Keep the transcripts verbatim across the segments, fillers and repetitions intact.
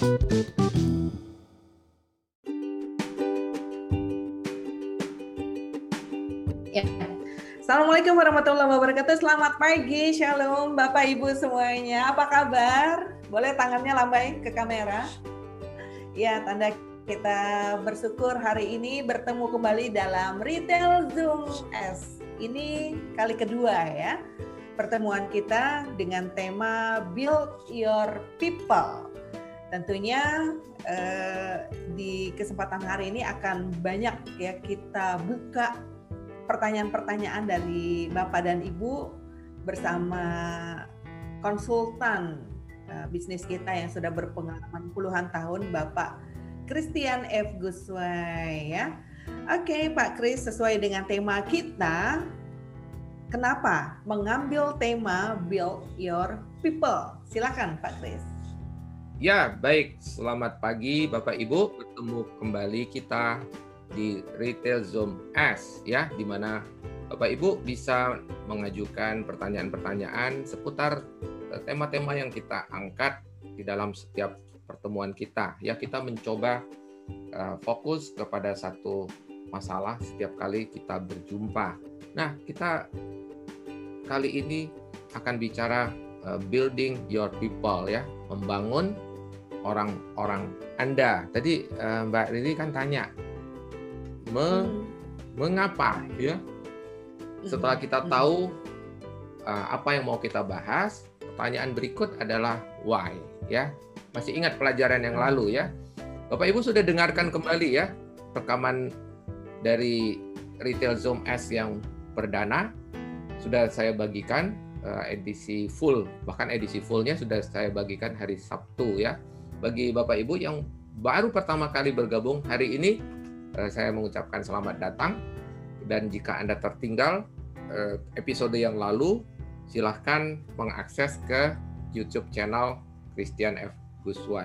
Ya. Assalamualaikum warahmatullahi wabarakatuh. Selamat pagi, shalom Bapak Ibu semuanya. Apa kabar? Boleh tangannya lambai ke kamera. Ya, tanda kita bersyukur hari ini bertemu kembali dalam Retail Zoom S. Ini kali kedua ya. Pertemuan kita dengan tema Build Your People. Tentunya eh, di kesempatan hari ini akan banyak ya kita buka pertanyaan-pertanyaan dari Bapak dan Ibu bersama konsultan uh, bisnis kita yang sudah berpengalaman puluhan tahun, Bapak Christian F. Guswai ya. Oke, Pak Chris, sesuai dengan tema kita, kenapa mengambil tema Build Your People? Silakan Pak Chris. Ya, baik. Selamat pagi Bapak Ibu, bertemu kembali kita di Retail Zoom S ya, di mana Bapak Ibu bisa mengajukan pertanyaan-pertanyaan seputar tema-tema yang kita angkat di dalam setiap pertemuan kita. Ya, kita mencoba uh, fokus kepada satu masalah setiap kali kita berjumpa. Nah, kita kali ini akan bicara uh, building your people ya, membangun orang-orang Anda. Tadi uh, Mbak Riri kan tanya Me, mengapa ya setelah kita tahu uh, apa yang mau kita bahas, pertanyaan berikut adalah why ya. Masih ingat pelajaran yang lalu ya, Bapak Ibu sudah dengarkan kembali ya rekaman dari Retail Zoom S yang perdana, sudah saya bagikan uh, edisi full, bahkan edisi fullnya sudah saya bagikan hari Sabtu ya. Bagi Bapak Ibu yang baru pertama kali bergabung hari ini, saya mengucapkan selamat datang, dan jika Anda tertinggal episode yang lalu, silahkan mengakses ke YouTube channel Christian F. Guswai.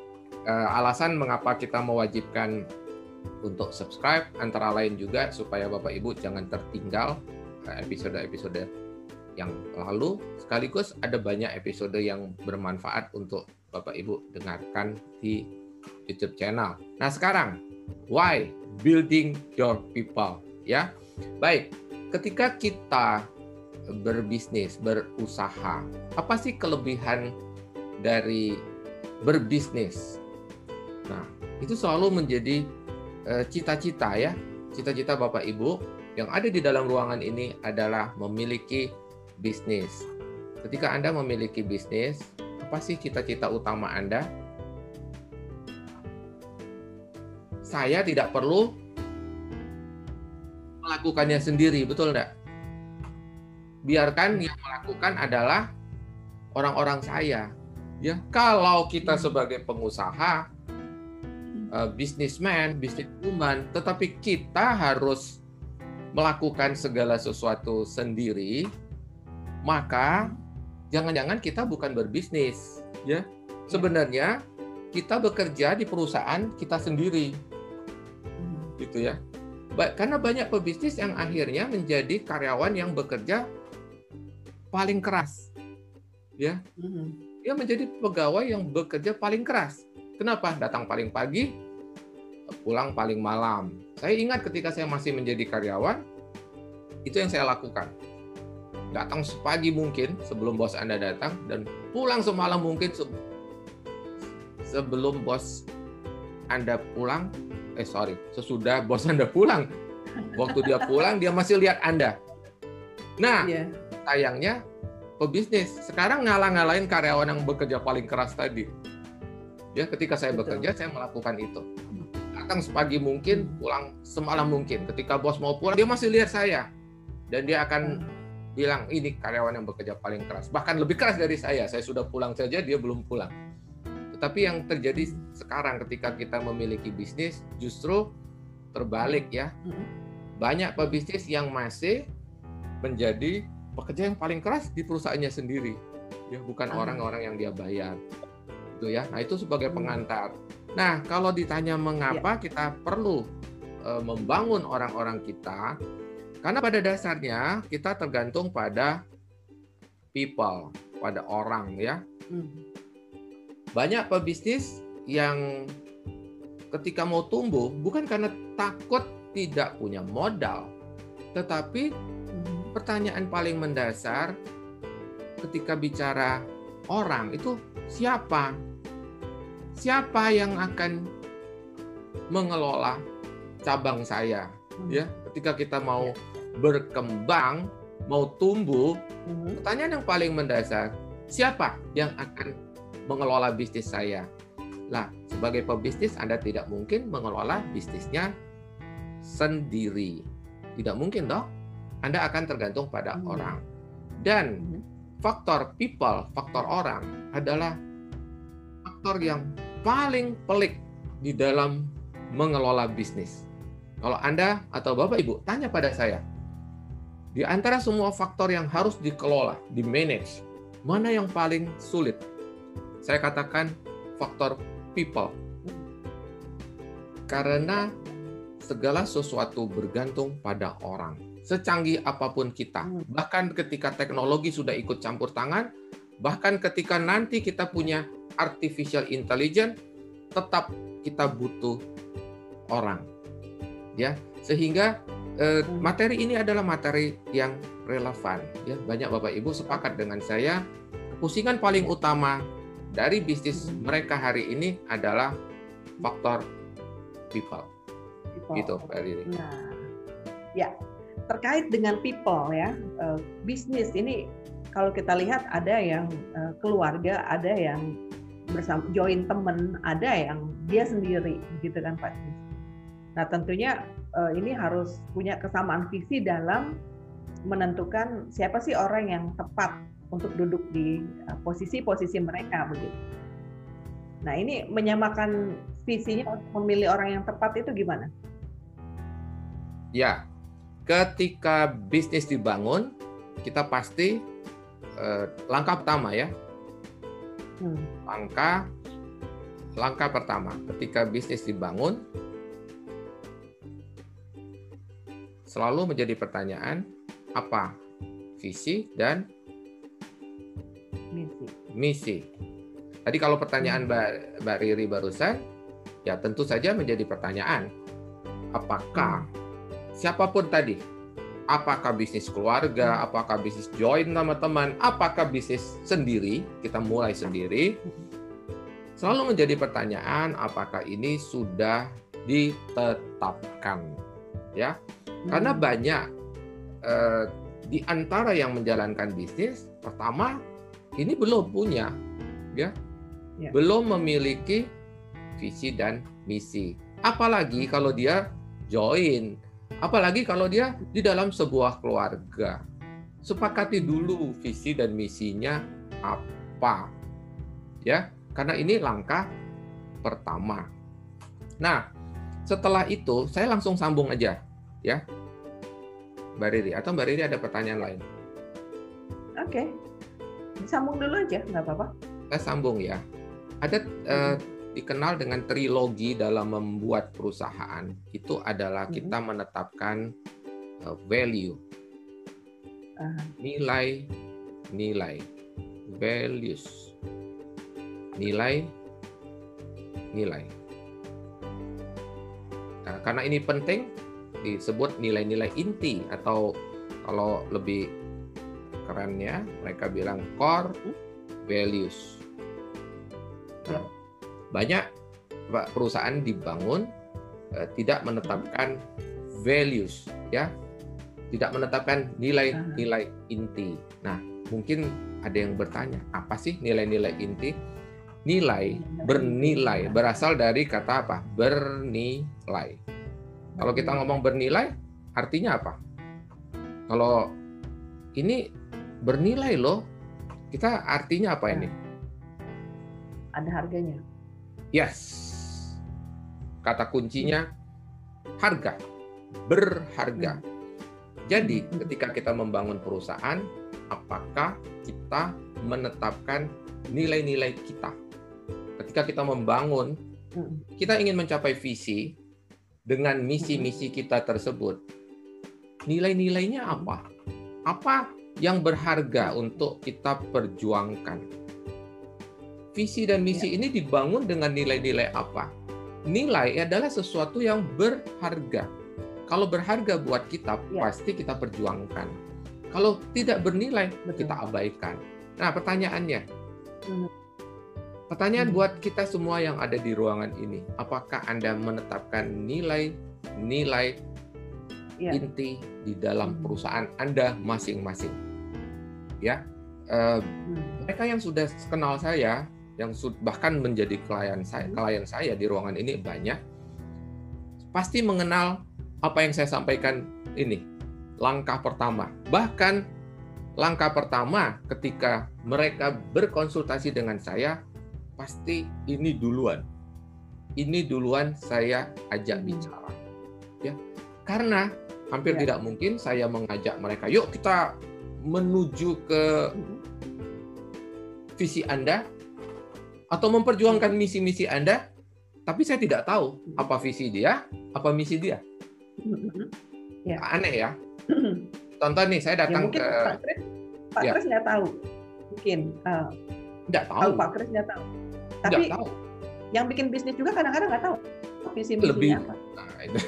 Alasan mengapa kita mewajibkan untuk subscribe antara lain juga supaya Bapak Ibu jangan tertinggal episode-episode yang lalu, sekaligus ada banyak episode yang bermanfaat untuk Bapak Ibu dengarkan di YouTube channel. Nah sekarang, why building your people ya. Baik, ketika kita berbisnis, berusaha, apa sih kelebihan dari berbisnis? Nah, itu selalu menjadi uh, cita-cita ya. Cita-cita Bapak Ibu yang ada di dalam ruangan ini adalah memiliki bisnis. Ketika Anda memiliki bisnis, apa sih cita-cita utama Anda? Saya tidak perlu melakukannya sendiri, betul enggak? Biarkan yang melakukan adalah orang-orang saya. Ya, kalau kita sebagai pengusaha, uh, businessman, businesswoman, tetapi kita harus melakukan segala sesuatu sendiri, maka jangan-jangan kita bukan berbisnis, ya. Sebenarnya kita bekerja di perusahaan kita sendiri. Gitu ya. Karena banyak pebisnis yang akhirnya menjadi karyawan yang bekerja paling keras. Ya. Dia menjadi pegawai yang bekerja paling keras. Kenapa? Datang paling pagi, pulang paling malam. Saya ingat ketika saya masih menjadi karyawan, itu yang saya lakukan. Datang sepagi mungkin sebelum bos Anda datang dan pulang semalam mungkin sebelum bos Anda pulang. Eh sorry, sesudah bos Anda pulang. Waktu dia pulang, dia masih lihat Anda. Nah, yeah. Sayangnya pebisnis sekarang ngalah-ngalahin karyawan yang bekerja paling keras tadi. Ya, ketika saya Betul. bekerja, saya melakukan itu. Datang sepagi mungkin, pulang semalam mungkin. Ketika bos mau pulang, dia masih lihat saya. Dan dia akan hmm. bilang, ini karyawan yang bekerja paling keras. Bahkan lebih keras dari saya. Saya sudah pulang saja, dia belum pulang. Tapi yang terjadi sekarang ketika kita memiliki bisnis justru terbalik ya. Banyak pebisnis yang masih menjadi pekerja yang paling keras di perusahaannya sendiri. Ya, bukan orang-orang yang dia bayar. Gitu ya. Nah, itu sebagai pengantar. Nah, kalau ditanya mengapa kita perlu uh, membangun orang-orang kita, karena pada dasarnya kita tergantung pada people, pada orang ya. Banyak pebisnis yang ketika mau tumbuh bukan karena takut tidak punya modal, tetapi pertanyaan paling mendasar ketika bicara orang itu siapa? Siapa yang akan mengelola cabang saya? Ya, ketika kita mau berkembang, mau tumbuh, pertanyaan yang paling mendasar, siapa yang akan mengelola bisnis saya? Lah, sebagai pebisnis Anda tidak mungkin mengelola bisnisnya sendiri. Tidak mungkin dong. Anda akan tergantung pada hmm. orang. Dan faktor people, faktor orang adalah faktor yang paling pelik di dalam mengelola bisnis. Kalau Anda atau Bapak Ibu tanya pada saya, di antara semua faktor yang harus dikelola, di-manage, mana yang paling sulit? Saya katakan faktor people. Karena segala sesuatu bergantung pada orang. Secanggih apapun kita, bahkan ketika teknologi sudah ikut campur tangan, bahkan ketika nanti kita punya artificial intelligence, tetap kita butuh orang. Ya, sehingga eh, materi ini adalah materi yang relevan. Ya, banyak Bapak Ibu sepakat dengan saya, kepusingan paling utama dari bisnis mereka hari ini adalah faktor people. people. Gitu, Mbak Riri. Nah, ya. Terkait dengan people ya, uh, bisnis ini kalau kita lihat ada yang uh, keluarga, ada yang bersama join temen, ada yang dia sendiri, gitu kan Pak. Nah tentunya uh, ini harus punya kesamaan visi dalam menentukan siapa sih orang yang tepat untuk duduk di uh, posisi-posisi mereka begitu. Nah ini menyamakan visinya untuk memilih orang yang tepat itu gimana? Ya. Ketika bisnis dibangun, kita pasti eh, langkah pertama ya, hmm. langkah langkah pertama ketika bisnis dibangun selalu menjadi pertanyaan apa visi dan misi. Misi. Tadi kalau pertanyaan Mbak, Mbak Riri barusan, ya tentu saja menjadi pertanyaan apakah hmm. siapapun tadi, apakah bisnis keluarga, apakah bisnis join sama teman, apakah bisnis sendiri, kita mulai sendiri, selalu menjadi pertanyaan apakah ini sudah ditetapkan, ya? Karena banyak eh, di antara yang menjalankan bisnis, pertama ini belum punya, ya, ya. belum memiliki visi dan misi, apalagi kalau dia join. Apalagi kalau dia di dalam sebuah keluarga. Sepakati dulu visi dan misinya apa. Ya, karena ini langkah pertama. Nah, setelah itu saya langsung sambung aja, ya. Mbak Riri, atau Mbak Riri ada pertanyaan lain? Oke. Sambung dulu aja, nggak apa-apa. Saya sambung ya. Ada eh, dikenal dengan trilogi dalam membuat perusahaan. Itu adalah kita menetapkan uh, value, nilai, nilai, values, nilai, nilai. Nah, karena ini penting disebut nilai-nilai inti atau kalau lebih kerennya mereka bilang core values. Nah, banyak perusahaan dibangun eh, tidak menetapkan values, ya, tidak menetapkan nilai-nilai inti. Nah, mungkin ada yang bertanya, apa sih nilai-nilai inti? Nilai, bernilai, berasal dari kata apa? Bernilai. Kalau kita ngomong bernilai, artinya apa? Kalau ini bernilai loh, kita artinya apa ini? Ada harganya. Yes, kata kuncinya harga, berharga. Jadi ketika kita membangun perusahaan, apakah kita menetapkan nilai-nilai kita? Ketika kita membangun, kita ingin mencapai visi dengan misi-misi kita tersebut. Nilai-nilainya apa? Apa yang berharga untuk kita perjuangkan? visi dan misi Ya. ini dibangun dengan nilai-nilai apa? Nilai adalah sesuatu yang berharga. Kalau berharga buat kita, Ya. pasti kita perjuangkan. Kalau tidak bernilai, Betul. kita abaikan. Nah, pertanyaannya, Hmm. pertanyaan Hmm. buat kita semua yang ada di ruangan ini, apakah Anda menetapkan nilai-nilai Ya. inti di dalam Hmm. perusahaan Anda masing-masing? Ya, eh, Hmm. mereka yang sudah kenal saya, yang sud- bahkan menjadi klien saya, Hmm. klien saya di ruangan ini banyak, pasti mengenal apa yang saya sampaikan ini. Langkah pertama, bahkan langkah pertama ketika mereka berkonsultasi dengan saya, pasti ini duluan. Ini duluan saya ajak Hmm. bicara. Ya, karena hampir Ya. tidak mungkin saya mengajak mereka, yuk kita menuju ke Hmm. visi Anda atau memperjuangkan misi-misi Anda, tapi saya tidak tahu apa visi dia, apa misi dia. Hmm. Ya. Aneh ya. Contoh nih, saya Ya datang mungkin ke Pak Kris, Pak Ya. Kris nggak tahu. Mungkin uh, nggak tahu, kalau Pak Kris nggak tahu. nggak Tapi tahu. yang bikin bisnis juga kadang-kadang nggak tahu visi Lebih. misinya apa. Nah, itu,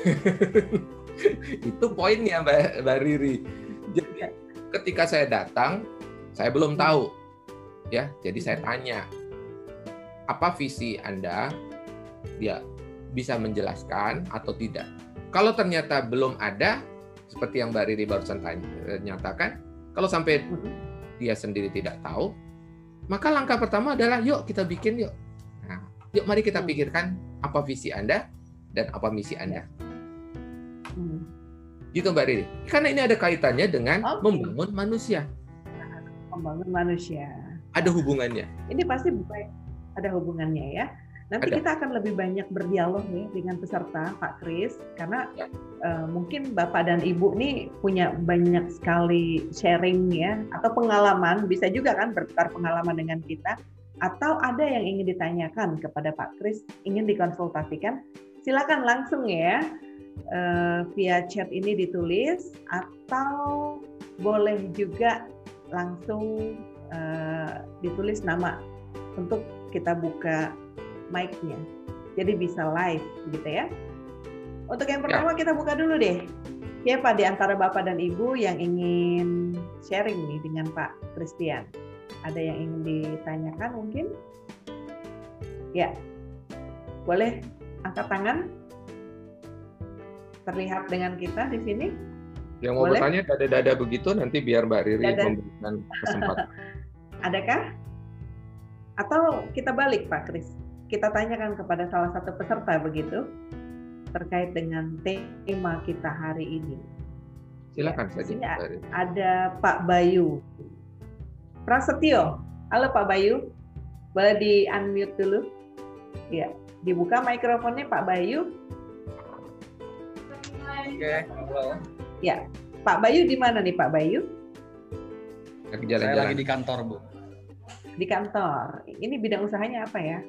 itu poinnya Mbak, Mbak Riri. Jadi ketika saya datang, saya belum tahu, ya. Jadi saya tanya, apa visi Anda? Dia bisa menjelaskan atau tidak. Kalau ternyata belum ada, seperti yang Mbak Riri barusan tanya, nyatakan, kalau sampai Hmm. dia sendiri tidak tahu, maka langkah pertama adalah yuk kita bikin yuk. Nah, yuk mari kita Hmm. pikirkan apa visi Anda dan apa misi Anda. Hmm. Gitu Mbak Riri. Karena ini ada kaitannya dengan Oke. membangun manusia. Membangun manusia. Ada hubungannya. Ini pasti bukan ada hubungannya ya. Nanti Ada. kita akan lebih banyak berdialog nih dengan peserta Pak Kris, karena Ya. uh, mungkin Bapak dan Ibu nih punya banyak sekali sharing ya, atau pengalaman, bisa juga kan bertukar pengalaman dengan kita, atau ada yang ingin ditanyakan kepada Pak Kris, ingin dikonsultasikan, silakan langsung ya, uh, via chat ini ditulis, atau boleh juga langsung uh, ditulis nama untuk kita buka mic-nya. Jadi bisa live gitu ya. Untuk yang pertama ya. Kita buka dulu deh. Siapa di antara Bapak dan Ibu yang ingin sharing nih dengan Pak Christian? Ada yang ingin ditanyakan mungkin? Ya. Boleh angkat tangan? Terlihat dengan kita di sini? Yang mau Boleh? bertanya dada-dada begitu, nanti biar Mbak Riri Dada. memberikan kesempatan. Adakah? Atau kita balik Pak Kris? Kita tanyakan kepada salah satu peserta begitu, terkait dengan tema kita hari ini. Silakan ya, saja. Di sini ada Pak Bayu Prasetyo. Halo Pak Bayu, boleh di unmute dulu? Ya, dibuka mikrofonnya Pak Bayu. Oke, halo. Ya, Pak Bayu di mana nih Pak Bayu? Lagi Saya jalan-jalan. lagi di kantor, Bu. Di kantor. Ini bidang usahanya apa ya?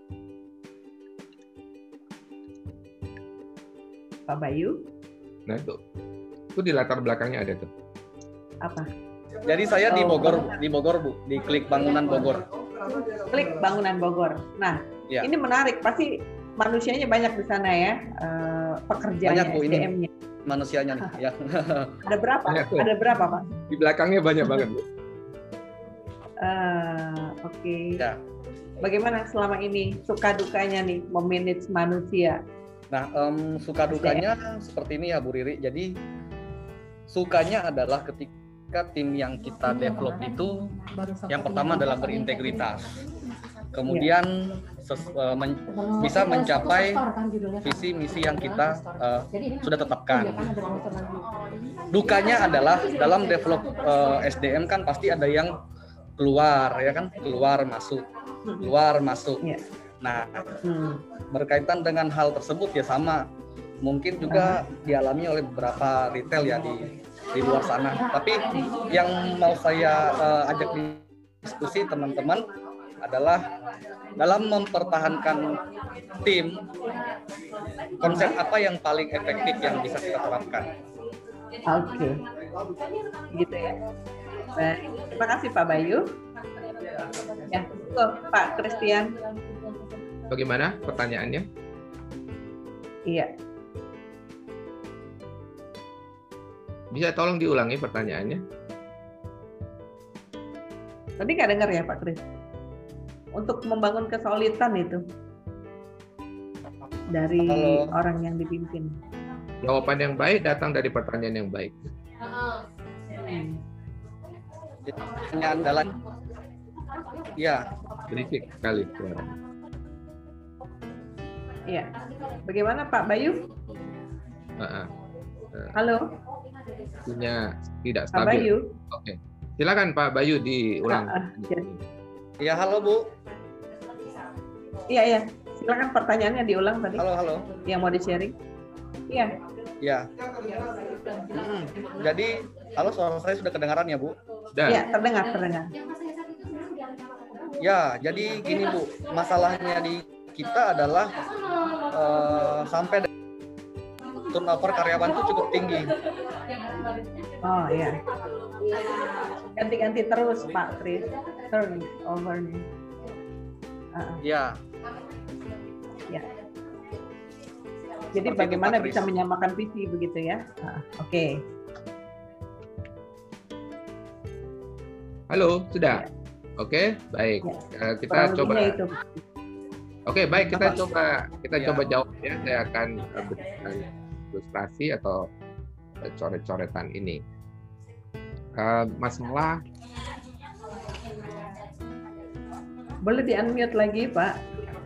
Pak Bayu? Nah itu, itu di latar belakangnya ada tuh. Apa? Jadi saya di Oh, Bogor, bangunan. di Bogor, Bu, di Klik Bangunan Bogor. Klik Bangunan Bogor. Nah, Ya. ini menarik. Pasti manusianya banyak di sana ya, eh, pekerjaannya, Banyak, Bu, ini. S D M-nya. Manusianya nih, ya. Ada berapa? Banyak, tuh. Ada berapa, Pak? Di belakangnya banyak banget. Bu. Eh, Oke. Ya. Bagaimana selama ini suka dukanya nih memanage manusia? Nah, em, suka dukanya seperti ini ya, Bu Riri. Jadi sukanya adalah ketika tim yang kita develop itu yang pertama adalah berintegritas. Kemudian ses- eh, men- bisa mencapai visi misi yang kita eh, sudah tetapkan. Dukanya adalah dalam develop eh, S D M kan pasti ada yang keluar ya kan, keluar masuk, keluar masuk. Ya. Nah, Hmm. berkaitan dengan hal tersebut ya sama, mungkin juga dialami oleh beberapa retail ya di di luar sana. Tapi yang mau saya uh, ajak diskusi teman-teman adalah dalam mempertahankan tim, konsep apa yang paling efektif yang bisa kita terapkan. Oke. Gitu ya. Baik. Terima kasih Pak Bayu. Ya, betul, Pak Christian. Bagaimana pertanyaannya? Iya. Bisa tolong diulangi pertanyaannya? Tadi nggak dengar ya Pak Kris? Untuk membangun kesolidan itu dari Halo. orang yang dipimpin. Jawaban yang baik datang dari pertanyaan yang baik. Hmm. Pertanyaan andalan. Ya, Berisik sekali suara. Iya. Bagaimana Pak Bayu? Uh-uh. Halo, Punya tidak Pak stabil. Bayu. Oke. Silakan Pak Bayu diulang. Ah, ah, jadi- ya halo Bu. Iya, iya. Silakan pertanyaannya diulang tadi Halo, halo. yang mau di-sharing. Iya. Ya. Mm-mm. Jadi, halo suara saya sudah kedengaran ya Bu? Sudah. Iya, terdengar, terdengar. Ya, jadi gini Bu, masalahnya di kita adalah eh, sampai turnover karyawan itu cukup tinggi. Oh, iya. Ganti-ganti terus Pak Kris. Turnover nih. Ah, Ya, ya. Jadi Seperti bagaimana itu, Pak bisa Kris. menyamakan visi begitu ya? Ah, Oke. Halo, sudah. Ya. Oke, baik. Ya. Eh, kita Kurang coba. lebihnya itu. Oke, baik. Kita Apa? coba kita Ya. coba jawab ya. Saya akan eh, berikan ilustrasi atau eh, coret-coretan ini. Eh, masalah Boleh di-unmute lagi, Pak?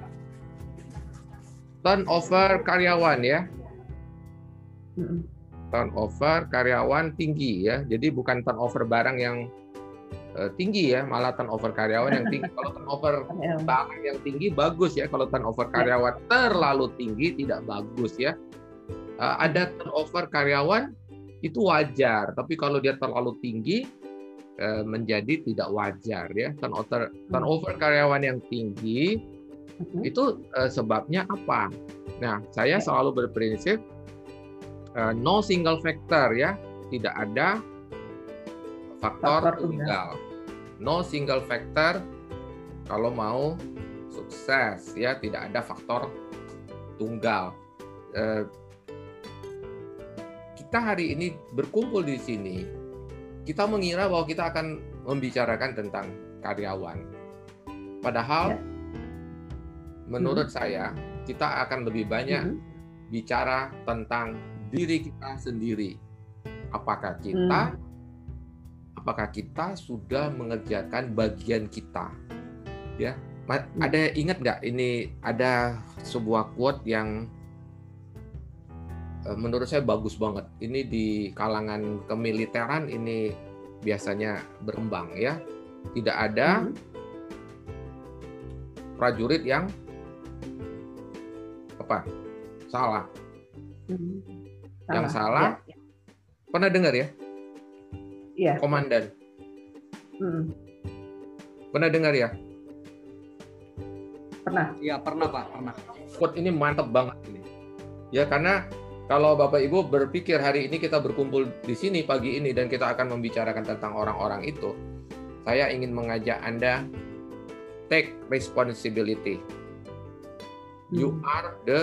turnover karyawan ya. Mm-mm. Turnover karyawan tinggi ya. Jadi bukan turnover barang yang eh, tinggi ya, malah turnover karyawan yang tinggi. Kalau turnover Ya. barang yang tinggi bagus ya. Kalau turnover karyawan terlalu tinggi tidak bagus ya. Eh, ada turnover karyawan itu wajar, tapi kalau dia terlalu tinggi eh, menjadi tidak wajar ya. Turnover turnover karyawan yang tinggi Mm-mm. itu eh, sebabnya apa? Nah, saya selalu berprinsip eh, no single factor ya, tidak ada faktor Faktor tunggal. No single factor kalau mau sukses ya, tidak ada faktor tunggal. Eh, kita hari ini berkumpul di sini, kita mengira bahwa kita akan membicarakan tentang karyawan. Padahal Ya. menurut saya kita akan lebih banyak Mhm. bicara tentang diri kita sendiri. Apakah kita apakah kita sudah mengerjakan bagian kita? Ya, Ma- Hmm. ada ingat nggak ini ada sebuah quote yang eh, menurut saya bagus banget. Ini di kalangan kemiliteran ini biasanya berkembang ya. Tidak ada Mhm. prajurit yang apa? Salah. Mhm. Yang salah. Ya, Pernah dengar ya? Iya. Komandan. Mhm. Pernah dengar ya? Pernah. ya pernah Pak, pernah. Quote ini mantap banget ini. Ya karena kalau Bapak Ibu berpikir hari ini kita berkumpul di sini pagi ini dan kita akan membicarakan tentang orang-orang itu, saya ingin mengajak Anda take responsibility. You Hmm. are the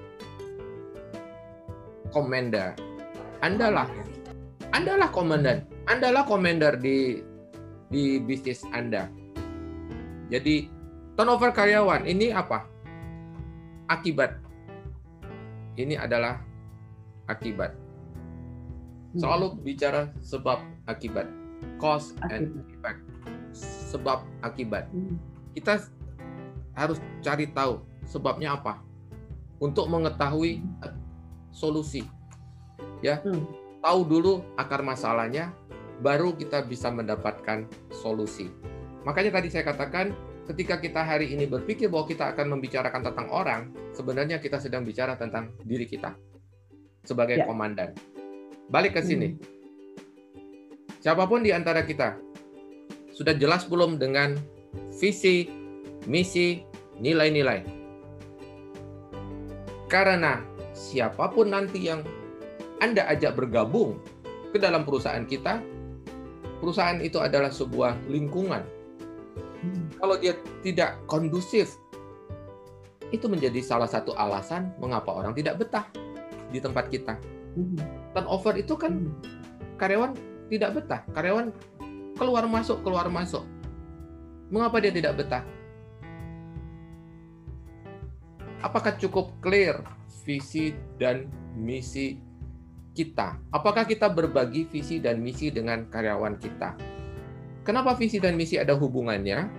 commander. Andalah, Andalah komandan, Andalah commander di di bisnis Anda. Jadi turnover karyawan ini apa? Akibat. Ini adalah akibat. Selalu bicara sebab akibat, cause and effect. Sebab akibat. Hmm. Kita harus cari tahu sebabnya apa untuk mengetahui solusi. Ya, Hmm. tahu dulu akar masalahnya, baru kita bisa mendapatkan solusi. Makanya tadi saya katakan, ketika kita hari ini berpikir bahwa kita akan membicarakan tentang orang, sebenarnya kita sedang bicara tentang diri kita sebagai Ya. komandan. Balik ke sini. Hmm. Siapapun di antara kita sudah jelas belum dengan visi, misi, nilai-nilai? Karena siapapun nanti yang Anda ajak bergabung ke dalam perusahaan kita, perusahaan itu adalah sebuah lingkungan Kalau dia tidak kondusif, itu menjadi salah satu alasan mengapa orang tidak betah di tempat kita. Turnover itu kan karyawan tidak betah, karyawan keluar masuk keluar masuk. Mengapa dia tidak betah? Apakah cukup clear visi dan misi kita? Apakah kita berbagi visi dan misi dengan karyawan kita? Kenapa visi dan misi ada hubungannya?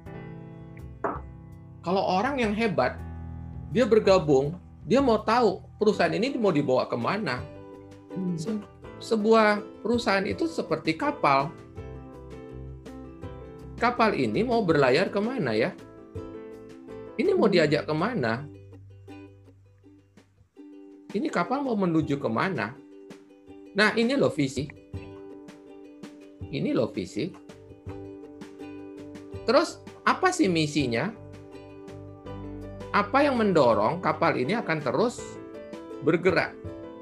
Kalau orang yang hebat, dia bergabung, dia mau tahu perusahaan ini mau dibawa kemana. Se- sebuah perusahaan itu seperti kapal. Kapal ini mau berlayar kemana ya? Ini mau diajak kemana? Ini kapal mau menuju kemana? Nah, ini loh visi. Ini loh visi. Terus, apa sih misinya? Apa yang mendorong kapal ini akan terus bergerak?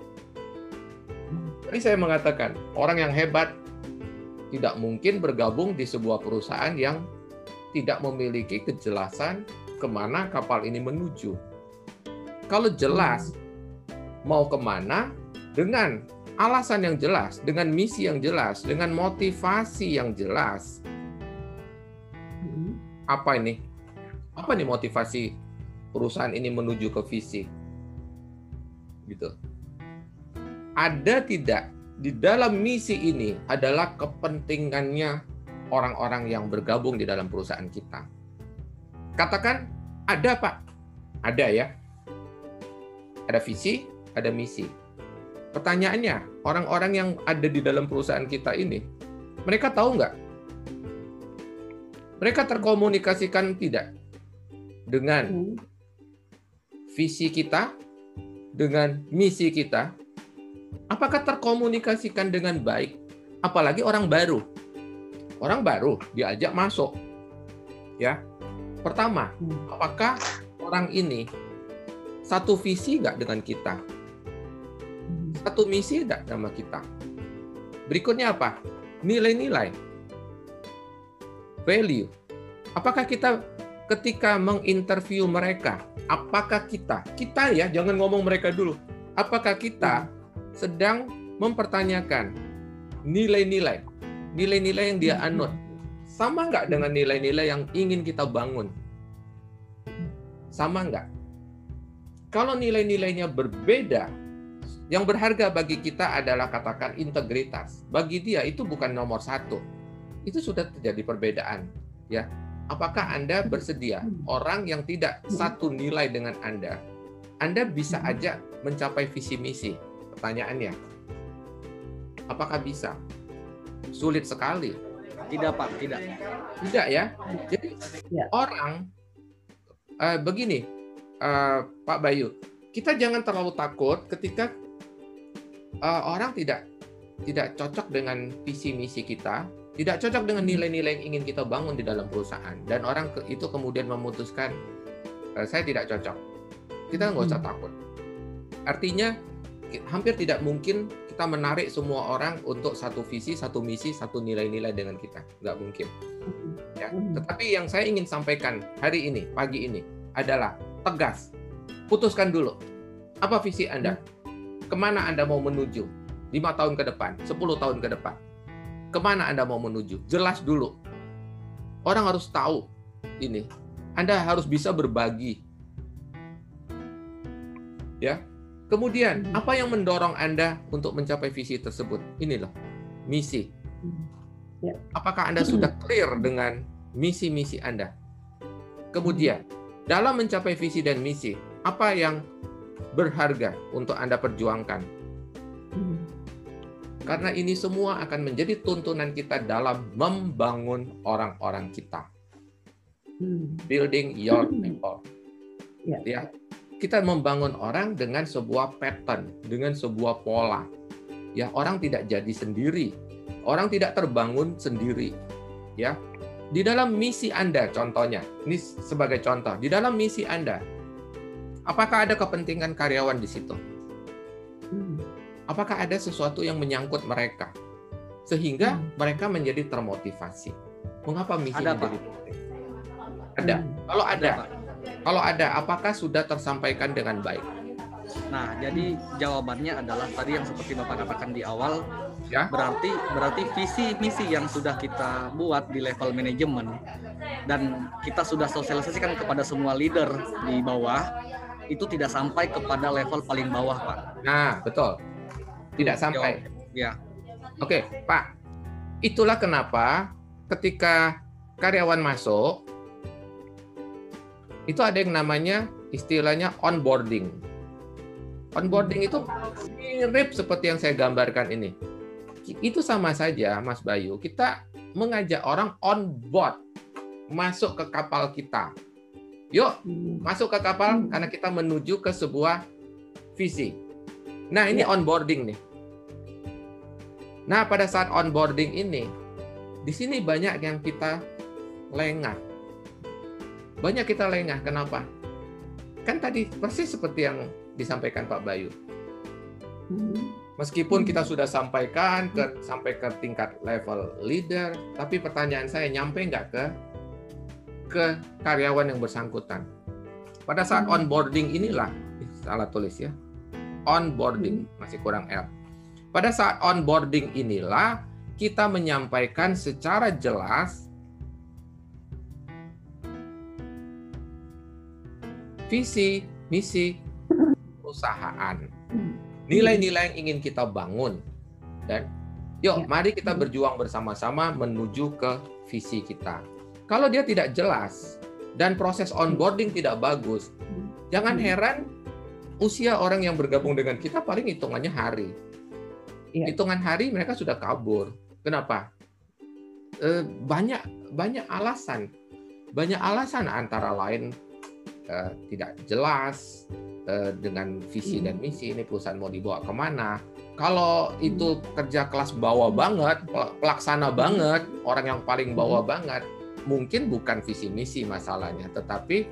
Tadi saya mengatakan, orang yang hebat tidak mungkin bergabung di sebuah perusahaan yang tidak memiliki kejelasan kemana kapal ini menuju. Kalau jelas mau kemana, dengan alasan yang jelas, dengan misi yang jelas, dengan motivasi yang jelas. Apa ini? Apa nih motivasi perusahaan ini menuju ke visi? Gitu. Ada tidak di dalam misi ini adalah kepentingannya orang-orang yang bergabung di dalam perusahaan kita? Katakan ada, Pak. Ada ya. Ada visi, ada misi. Pertanyaannya, orang-orang yang ada di dalam perusahaan kita ini, mereka tahu nggak? Mereka terkomunikasikan tidak dengan visi kita, dengan misi kita? Apakah terkomunikasikan dengan baik? Apalagi orang baru. Orang baru diajak masuk. Ya. Pertama, apakah orang ini satu visi nggak dengan kita? Satu misi nggak sama kita? Berikutnya apa? Nilai-nilai. Value. Apakah kita ketika menginterview mereka, apakah kita, kita ya, jangan ngomong mereka dulu. Apakah kita sedang mempertanyakan nilai-nilai, nilai-nilai yang dia anut, sama nggak dengan nilai-nilai yang ingin kita bangun? Sama nggak? Kalau nilai-nilainya berbeda, yang berharga bagi kita adalah katakan integritas. Bagi dia itu bukan nomor satu. Itu sudah terjadi perbedaan. Ya, apakah Anda bersedia orang yang tidak satu nilai dengan Anda, Anda bisa aja mencapai visi misi? Pertanyaannya, apakah bisa? Sulit sekali. Tidak, Pak, tidak. Tidak ya. Jadi ya. Orang uh, begini, uh, Pak Bayu, kita jangan terlalu takut ketika uh, orang tidak tidak cocok dengan visi misi kita, tidak cocok dengan nilai-nilai yang ingin kita bangun di dalam perusahaan, dan orang itu kemudian memutuskan uh, saya tidak cocok. Kita nggak usah takut. Artinya hampir tidak mungkin kita menarik semua orang untuk satu visi, satu misi, satu nilai-nilai dengan kita. Nggak mungkin. Ya. Tetapi yang saya ingin sampaikan hari ini, pagi ini, adalah tegas. Putuskan dulu. Apa visi Anda? Kemana Anda mau menuju? lima tahun ke depan, sepuluh tahun ke depan. Kemana Anda mau menuju? Jelas dulu. Orang harus tahu ini. Anda harus bisa berbagi. Ya. Kemudian, apa yang mendorong Anda untuk mencapai visi tersebut? Ini loh, misi. Apakah Anda sudah clear dengan misi-misi Anda? Kemudian, dalam mencapai visi dan misi, apa yang berharga untuk Anda perjuangkan? Karena ini semua akan menjadi tuntunan kita dalam membangun orang-orang kita. Building your people. Ya. Kita membangun orang dengan sebuah pattern, dengan sebuah pola. Ya, orang tidak jadi sendiri. Orang tidak terbangun sendiri. Ya. Di dalam misi Anda, contohnya, ini sebagai contoh, di dalam misi Anda, apakah ada kepentingan karyawan di situ? Apakah ada sesuatu yang menyangkut mereka? Sehingga mereka menjadi termotivasi. Mengapa misi ada, menjadi Pak. penting? Ada. Hmm. Kalau ada, Ada, Pak. kalau ada, apakah sudah tersampaikan dengan baik? Nah, jadi jawabannya adalah tadi yang seperti Bapak katakan di awal, Ya. berarti berarti visi misi yang sudah kita buat di level manajemen dan kita sudah sosialisasikan kepada semua leader di bawah, itu tidak sampai kepada level paling bawah, Pak. Nah, betul. Tidak sampai. Ya. Oke, Pak. Itulah kenapa ketika karyawan masuk, itu ada yang namanya istilahnya onboarding. Onboarding itu mirip seperti yang saya gambarkan ini. Itu sama saja, Mas Bayu. Kita mengajak orang on board, masuk ke kapal kita. Yuk, masuk ke kapal karena kita menuju ke sebuah visi. Nah, ini onboarding nih. Nah, pada saat onboarding ini, di sini banyak yang kita lengah. Banyak kita lengah. Kenapa? Kan tadi persis seperti yang disampaikan Pak Bayu. Meskipun kita sudah sampaikan ke sampai ke tingkat level leader, tapi pertanyaan saya, nyampe nggak ke ke karyawan yang bersangkutan? Pada saat onboarding inilah, eh, salah tulis ya, onboarding masih kurang L. Pada saat onboarding inilah kita menyampaikan secara jelas visi, misi perusahaan, nilai-nilai yang ingin kita bangun, dan yuk mari kita berjuang bersama-sama menuju ke visi kita. Kalau dia tidak jelas dan proses onboarding tidak bagus, jangan heran usia orang yang bergabung dengan kita paling hitungannya hari. Hitungan hari mereka sudah kabur. Kenapa? E, banyak banyak alasan, banyak alasan antara lain e, tidak jelas e, dengan visi dan misi ini perusahaan mau dibawa kemana. Kalau itu kerja kelas bawah banget, pelaksana banget, orang yang paling bawah banget, mungkin bukan visi misi masalahnya, tetapi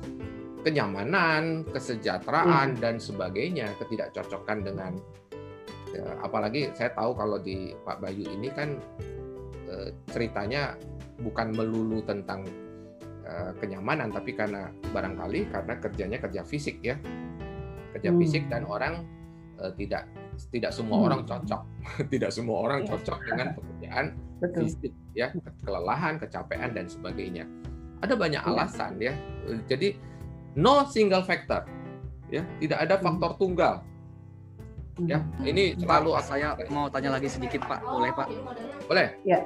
kenyamanan, kesejahteraan dan sebagainya, ketidakcocokan dengan ya, apalagi saya tahu kalau di Pak Bayu ini kan e, ceritanya bukan melulu tentang e, kenyamanan, tapi karena barangkali karena kerjanya kerja fisik ya, kerja hmm. fisik dan orang e, tidak tidak semua hmm. orang cocok, tidak semua orang cocok dengan pekerjaan Betul. fisik ya, kelelahan, kecapean dan sebagainya. Ada banyak ya. alasan ya, jadi no single factor ya, tidak ada faktor tunggal. Ya, ini selalu Pak, saya mau tanya lagi sedikit Pak, boleh Pak? Boleh. Ya.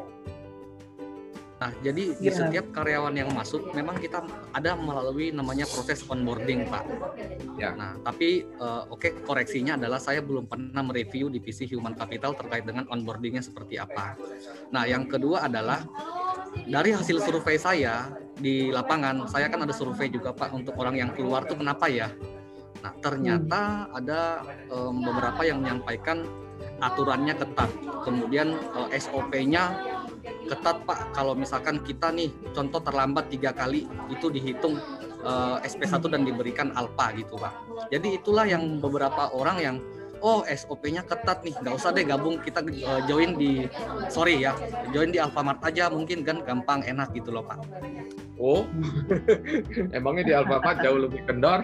Nah, jadi di setiap karyawan yang masuk memang kita ada melalui namanya proses onboarding Pak. Ya. Nah, tapi uh, oke okay, koreksinya adalah saya belum pernah mereview divisi human capital terkait dengan onboardingnya seperti apa. Nah, yang kedua adalah dari hasil survei saya di lapangan, saya kan ada survei juga Pak untuk orang yang keluar tuh kenapa ya? Nah, ternyata ada um, beberapa yang menyampaikan aturannya ketat, kemudian uh, S O P-nya ketat Pak. Kalau misalkan kita nih, contoh terlambat tiga kali, itu dihitung uh, S P satu dan diberikan alpha gitu Pak. Jadi itulah yang beberapa orang yang, oh S O P-nya ketat nih, nggak usah deh gabung, kita uh, join di, sorry ya, join di Alfamart aja mungkin kan gampang, enak gitu loh Pak. Oh, emangnya di Alfamart jauh lebih kendor?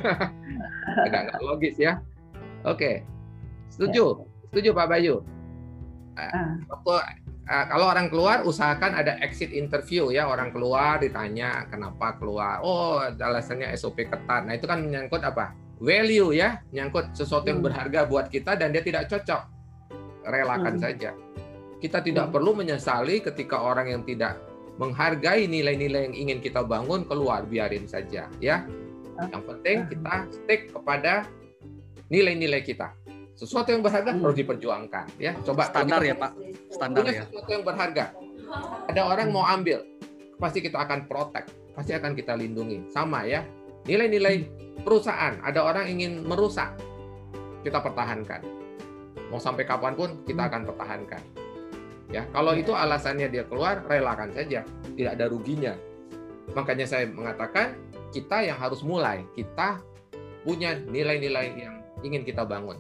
Agak nggak logis ya. Oke, setuju, setuju Pak Bayu. Waktu uh, kalau orang keluar, usahakan ada exit interview ya, orang keluar ditanya kenapa keluar. Oh, alasannya S O P ketat. Nah itu kan menyangkut apa? Value ya, menyangkut sesuatu yang berharga buat kita dan dia tidak cocok. Relakan hmm. saja. Kita tidak hmm. perlu menyesali ketika orang yang tidak menghargai nilai-nilai yang ingin kita bangun keluar, biarin saja ya. Yang penting kita stick kepada nilai-nilai kita. Sesuatu yang berharga hmm. harus diperjuangkan ya. Coba standar ya Pak, standar ya. Sesuatu yang berharga. Ada orang mau ambil, pasti kita akan protect, pasti akan kita lindungi. Sama ya. Nilai-nilai perusahaan, ada orang ingin merusak, kita pertahankan. Mau sampai kapanpun kita akan pertahankan. Ya, kalau itu alasannya dia keluar, relakan saja, tidak ada ruginya. Makanya saya mengatakan kita yang harus mulai, kita punya nilai-nilai yang ingin kita bangun.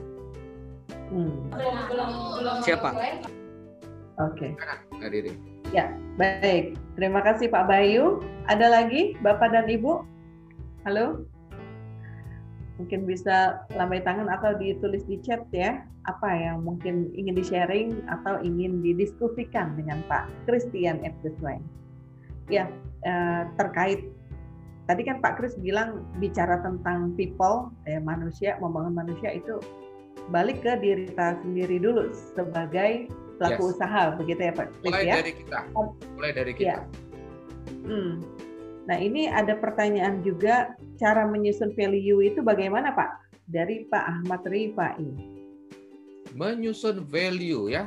Hmm. Siapa? Oke. Okay. Ya, baik. Terima kasih Pak Bayu. Ada lagi Bapak dan Ibu? Halo? Mungkin bisa lambai tangan atau ditulis di chat ya, apa yang mungkin ingin di-sharing atau ingin didiskusikan dengan Pak Christian F. Guswai. Ya, eh, terkait, tadi kan Pak Chris bilang bicara tentang people, eh, manusia, membangun manusia itu balik ke diri kita sendiri dulu sebagai pelaku yes. usaha, begitu ya Pak Chris mulai ya? Dari kita, mulai dari kita. Ya. Hmm. Nah ini ada pertanyaan juga, cara menyusun value itu bagaimana Pak? Dari Pak Ahmad Rifai. Menyusun value ya.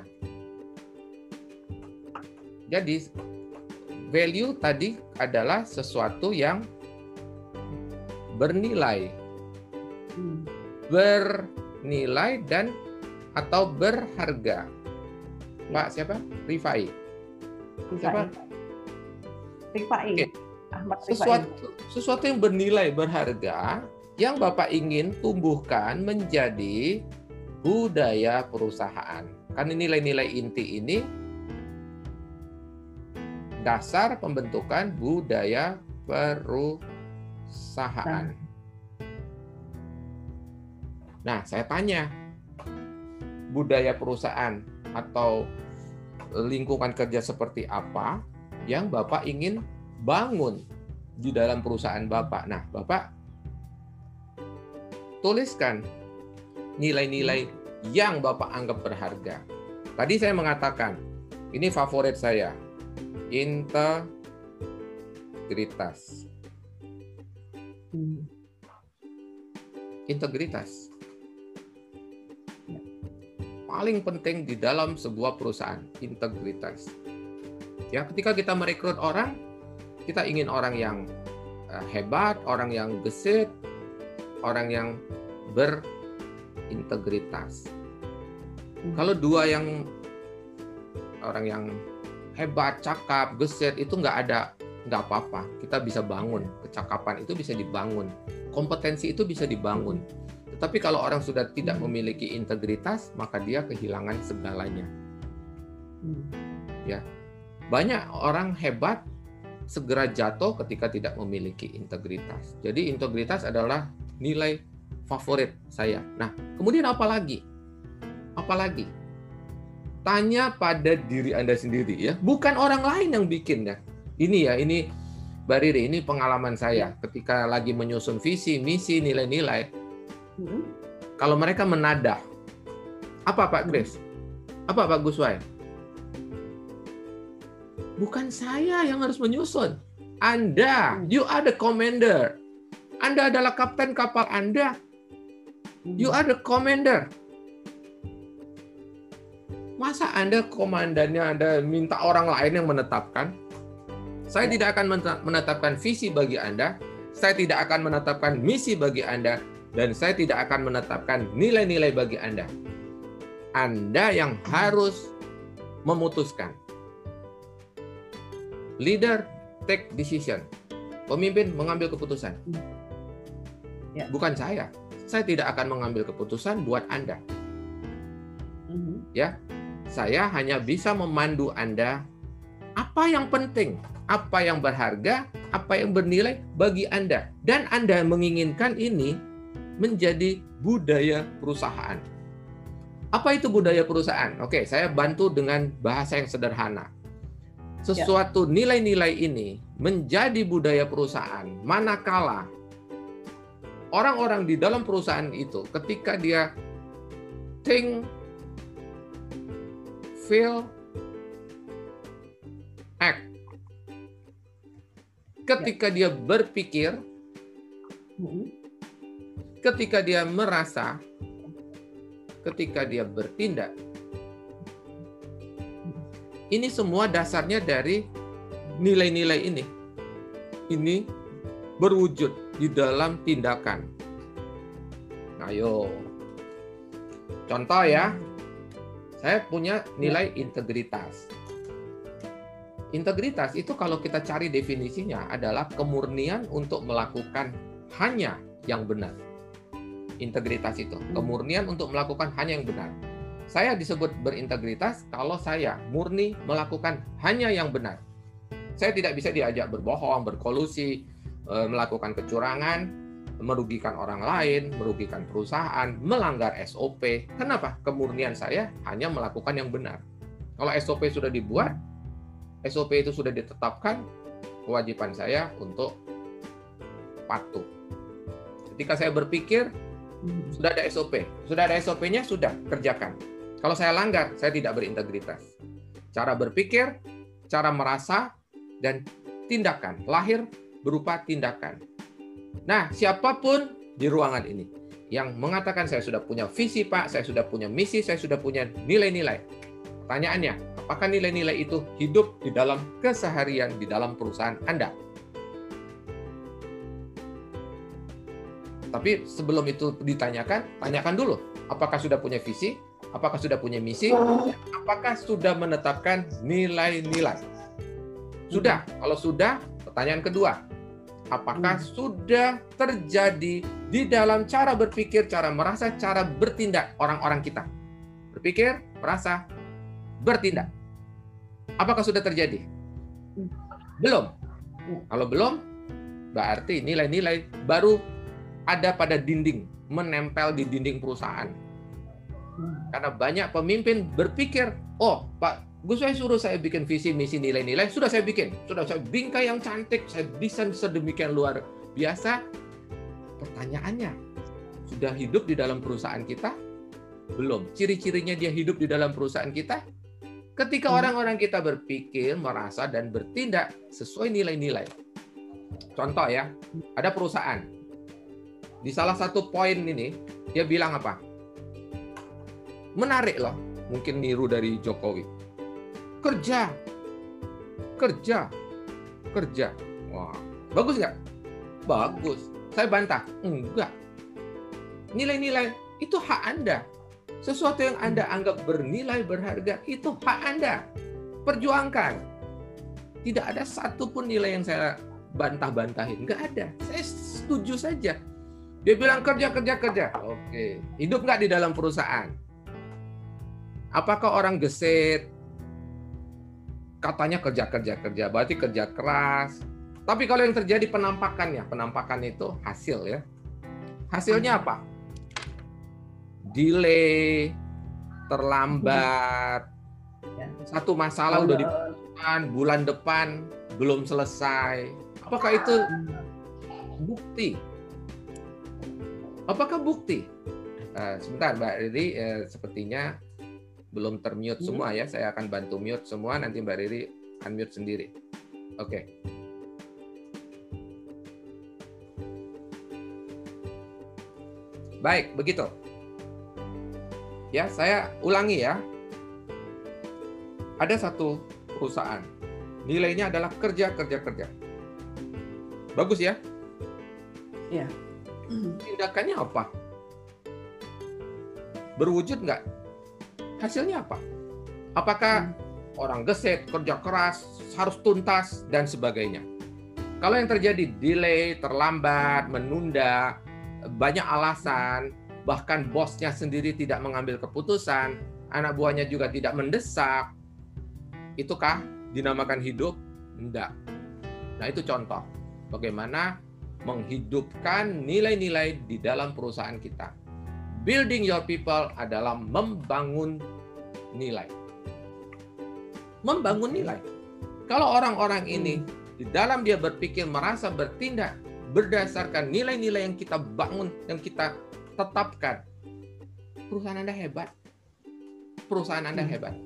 Jadi value tadi adalah sesuatu yang bernilai. Hmm. Bernilai dan atau berharga. Pak siapa? Rifai. Siapa? Rifai. Okay. Ahmad Rifai. Sesuatu, sesuatu yang bernilai, berharga, yang Bapak ingin tumbuhkan menjadi budaya perusahaan. Karena nilai-nilai inti ini dasar pembentukan budaya perusahaan. Nah, saya tanya, budaya perusahaan atau lingkungan kerja seperti apa yang Bapak ingin bangun di dalam perusahaan Bapak? Nah, Bapak tuliskan nilai-nilai yang Bapak anggap berharga. Tadi saya mengatakan, ini favorit saya, integritas. Integritas. Paling penting di dalam sebuah perusahaan, integritas. Ya, ketika kita merekrut orang, kita ingin orang yang uh, hebat, orang yang gesit, orang yang berintegritas. Hmm. Kalau dua yang orang yang hebat, cakap, gesit itu nggak ada, nggak apa-apa. Kita bisa bangun, kecakapan itu bisa dibangun, kompetensi itu bisa dibangun. Tetapi kalau orang sudah tidak memiliki integritas, maka dia kehilangan segalanya. Hmm. Ya, banyak orang hebat segera jatuh ketika tidak memiliki integritas. Jadi integritas adalah nilai favorit saya. Nah, kemudian apa lagi? Apa lagi? Tanya pada diri Anda sendiri ya, bukan orang lain yang bikin ya. Ini ya, ini Mbak Riri, ini pengalaman saya ketika lagi menyusun visi, misi, nilai-nilai. Hmm. Kalau mereka menadah, apa Pak Chris? Apa Pak Guswai? Bukan saya yang harus menyusun. Anda, you are the commander. Anda adalah kapten kapal Anda. You are the commander. Masa Anda komandannya, Anda minta orang lain yang menetapkan? Saya tidak akan menetapkan visi bagi Anda. Saya tidak akan menetapkan misi bagi Anda. Dan saya tidak akan menetapkan nilai-nilai bagi Anda. Anda yang harus memutuskan. Leader take decision. Pemimpin mengambil keputusan. Ya. Bukan saya. Saya tidak akan mengambil keputusan buat Anda. Mm-hmm. Ya, saya hanya bisa memandu Anda apa yang penting, apa yang berharga, apa yang bernilai bagi Anda. Dan Anda menginginkan ini menjadi budaya perusahaan. Apa itu budaya perusahaan? Oke, saya bantu dengan bahasa yang sederhana. Sesuatu nilai-nilai ini menjadi budaya perusahaan manakala orang-orang di dalam perusahaan itu ketika dia think, feel, act. Ketika dia berpikir, ketika dia merasa, ketika dia bertindak. Ini semua dasarnya dari nilai-nilai ini. Ini berwujud di dalam tindakan. Ayo. Contoh ya. Saya punya nilai integritas. Integritas itu kalau kita cari definisinya adalah kemurnian untuk melakukan hanya yang benar. Integritas itu, kemurnian untuk melakukan hanya yang benar. Saya disebut berintegritas kalau saya murni melakukan hanya yang benar. Saya tidak bisa diajak berbohong, berkolusi, melakukan kecurangan, merugikan orang lain, merugikan perusahaan, melanggar S O P. Kenapa? Kemurnian saya hanya melakukan yang benar. Kalau S O P sudah dibuat, S O P itu sudah ditetapkan, kewajiban saya untuk patuh. Ketika saya berpikir, sudah ada S O P. Sudah ada S O P-nya, sudah kerjakan. Kalau saya langgar, saya tidak berintegritas. Cara berpikir, cara merasa, dan tindakan. Lahir berupa tindakan. Nah, siapapun di ruangan ini yang mengatakan saya sudah punya visi, Pak, saya sudah punya misi, saya sudah punya nilai-nilai. Pertanyaannya, apakah nilai-nilai itu hidup di dalam keseharian di dalam perusahaan Anda? Tapi sebelum itu ditanyakan, tanyakan dulu, apakah sudah punya visi, apakah sudah punya misi, apakah sudah menetapkan nilai-nilai. Sudah, kalau sudah, pertanyaan kedua, apakah sudah terjadi di dalam cara berpikir, cara merasa, cara bertindak orang-orang kita? Berpikir, merasa, bertindak. Apakah sudah terjadi? Belum. Kalau belum, berarti nilai-nilai baru ada pada dinding, menempel di dinding perusahaan. Karena banyak pemimpin berpikir, oh Pak Gus, saya suruh saya bikin visi, misi, nilai-nilai, sudah saya bikin. Sudah saya bingkai yang cantik, saya desain sedemikian luar biasa. Pertanyaannya, sudah hidup di dalam perusahaan kita? Belum. Ciri-cirinya dia hidup di dalam perusahaan kita? Ketika orang-orang kita berpikir, merasa, dan bertindak sesuai nilai-nilai. Contoh ya, ada perusahaan. Di salah satu poin ini, dia bilang apa? Menarik loh, mungkin niru dari Jokowi. Kerja, kerja, kerja. Wah, bagus nggak? Bagus. Saya bantah, enggak. Nilai-nilai itu hak Anda. Sesuatu yang Anda anggap bernilai, berharga, itu hak Anda. Perjuangkan. Tidak ada satupun nilai yang saya bantah-bantahin. Nggak ada. Saya setuju saja. Dia bilang kerja, kerja, kerja. Oke. Hidup nggak di dalam perusahaan? Apakah orang gesit? Katanya kerja, kerja, kerja. Berarti kerja keras. Tapi kalau yang terjadi penampakannya, penampakan itu hasil ya. Hasilnya apa? Delay, terlambat. Satu masalah udah diputuskan, bulan depan belum selesai. Apakah itu bukti? Apakah bukti? Uh, sebentar, Mbak Riri, uh, sepertinya belum termute hmm. semua ya. Saya akan bantu mute semua, nanti Mbak Riri unmute sendiri. Oke. Okay. Baik, begitu. Ya, saya ulangi ya. Ada satu perusahaan. Nilainya adalah kerja, kerja, kerja. Bagus ya? Iya. Tindakannya apa? Berwujud nggak? Hasilnya apa? Apakah hmm. orang gesit, kerja keras, harus tuntas, dan sebagainya? Kalau yang terjadi delay, terlambat, menunda, banyak alasan, bahkan bosnya sendiri tidak mengambil keputusan, anak buahnya juga tidak mendesak, itukah dinamakan hidup? Enggak. Nah, itu contoh bagaimana menghidupkan nilai-nilai di dalam perusahaan kita. Building your people adalah membangun nilai. Membangun nilai. Kalau orang-orang ini di dalam dia berpikir, merasa, bertindak berdasarkan nilai-nilai yang kita bangun, yang kita tetapkan, perusahaan Anda hebat. Perusahaan Anda hebat.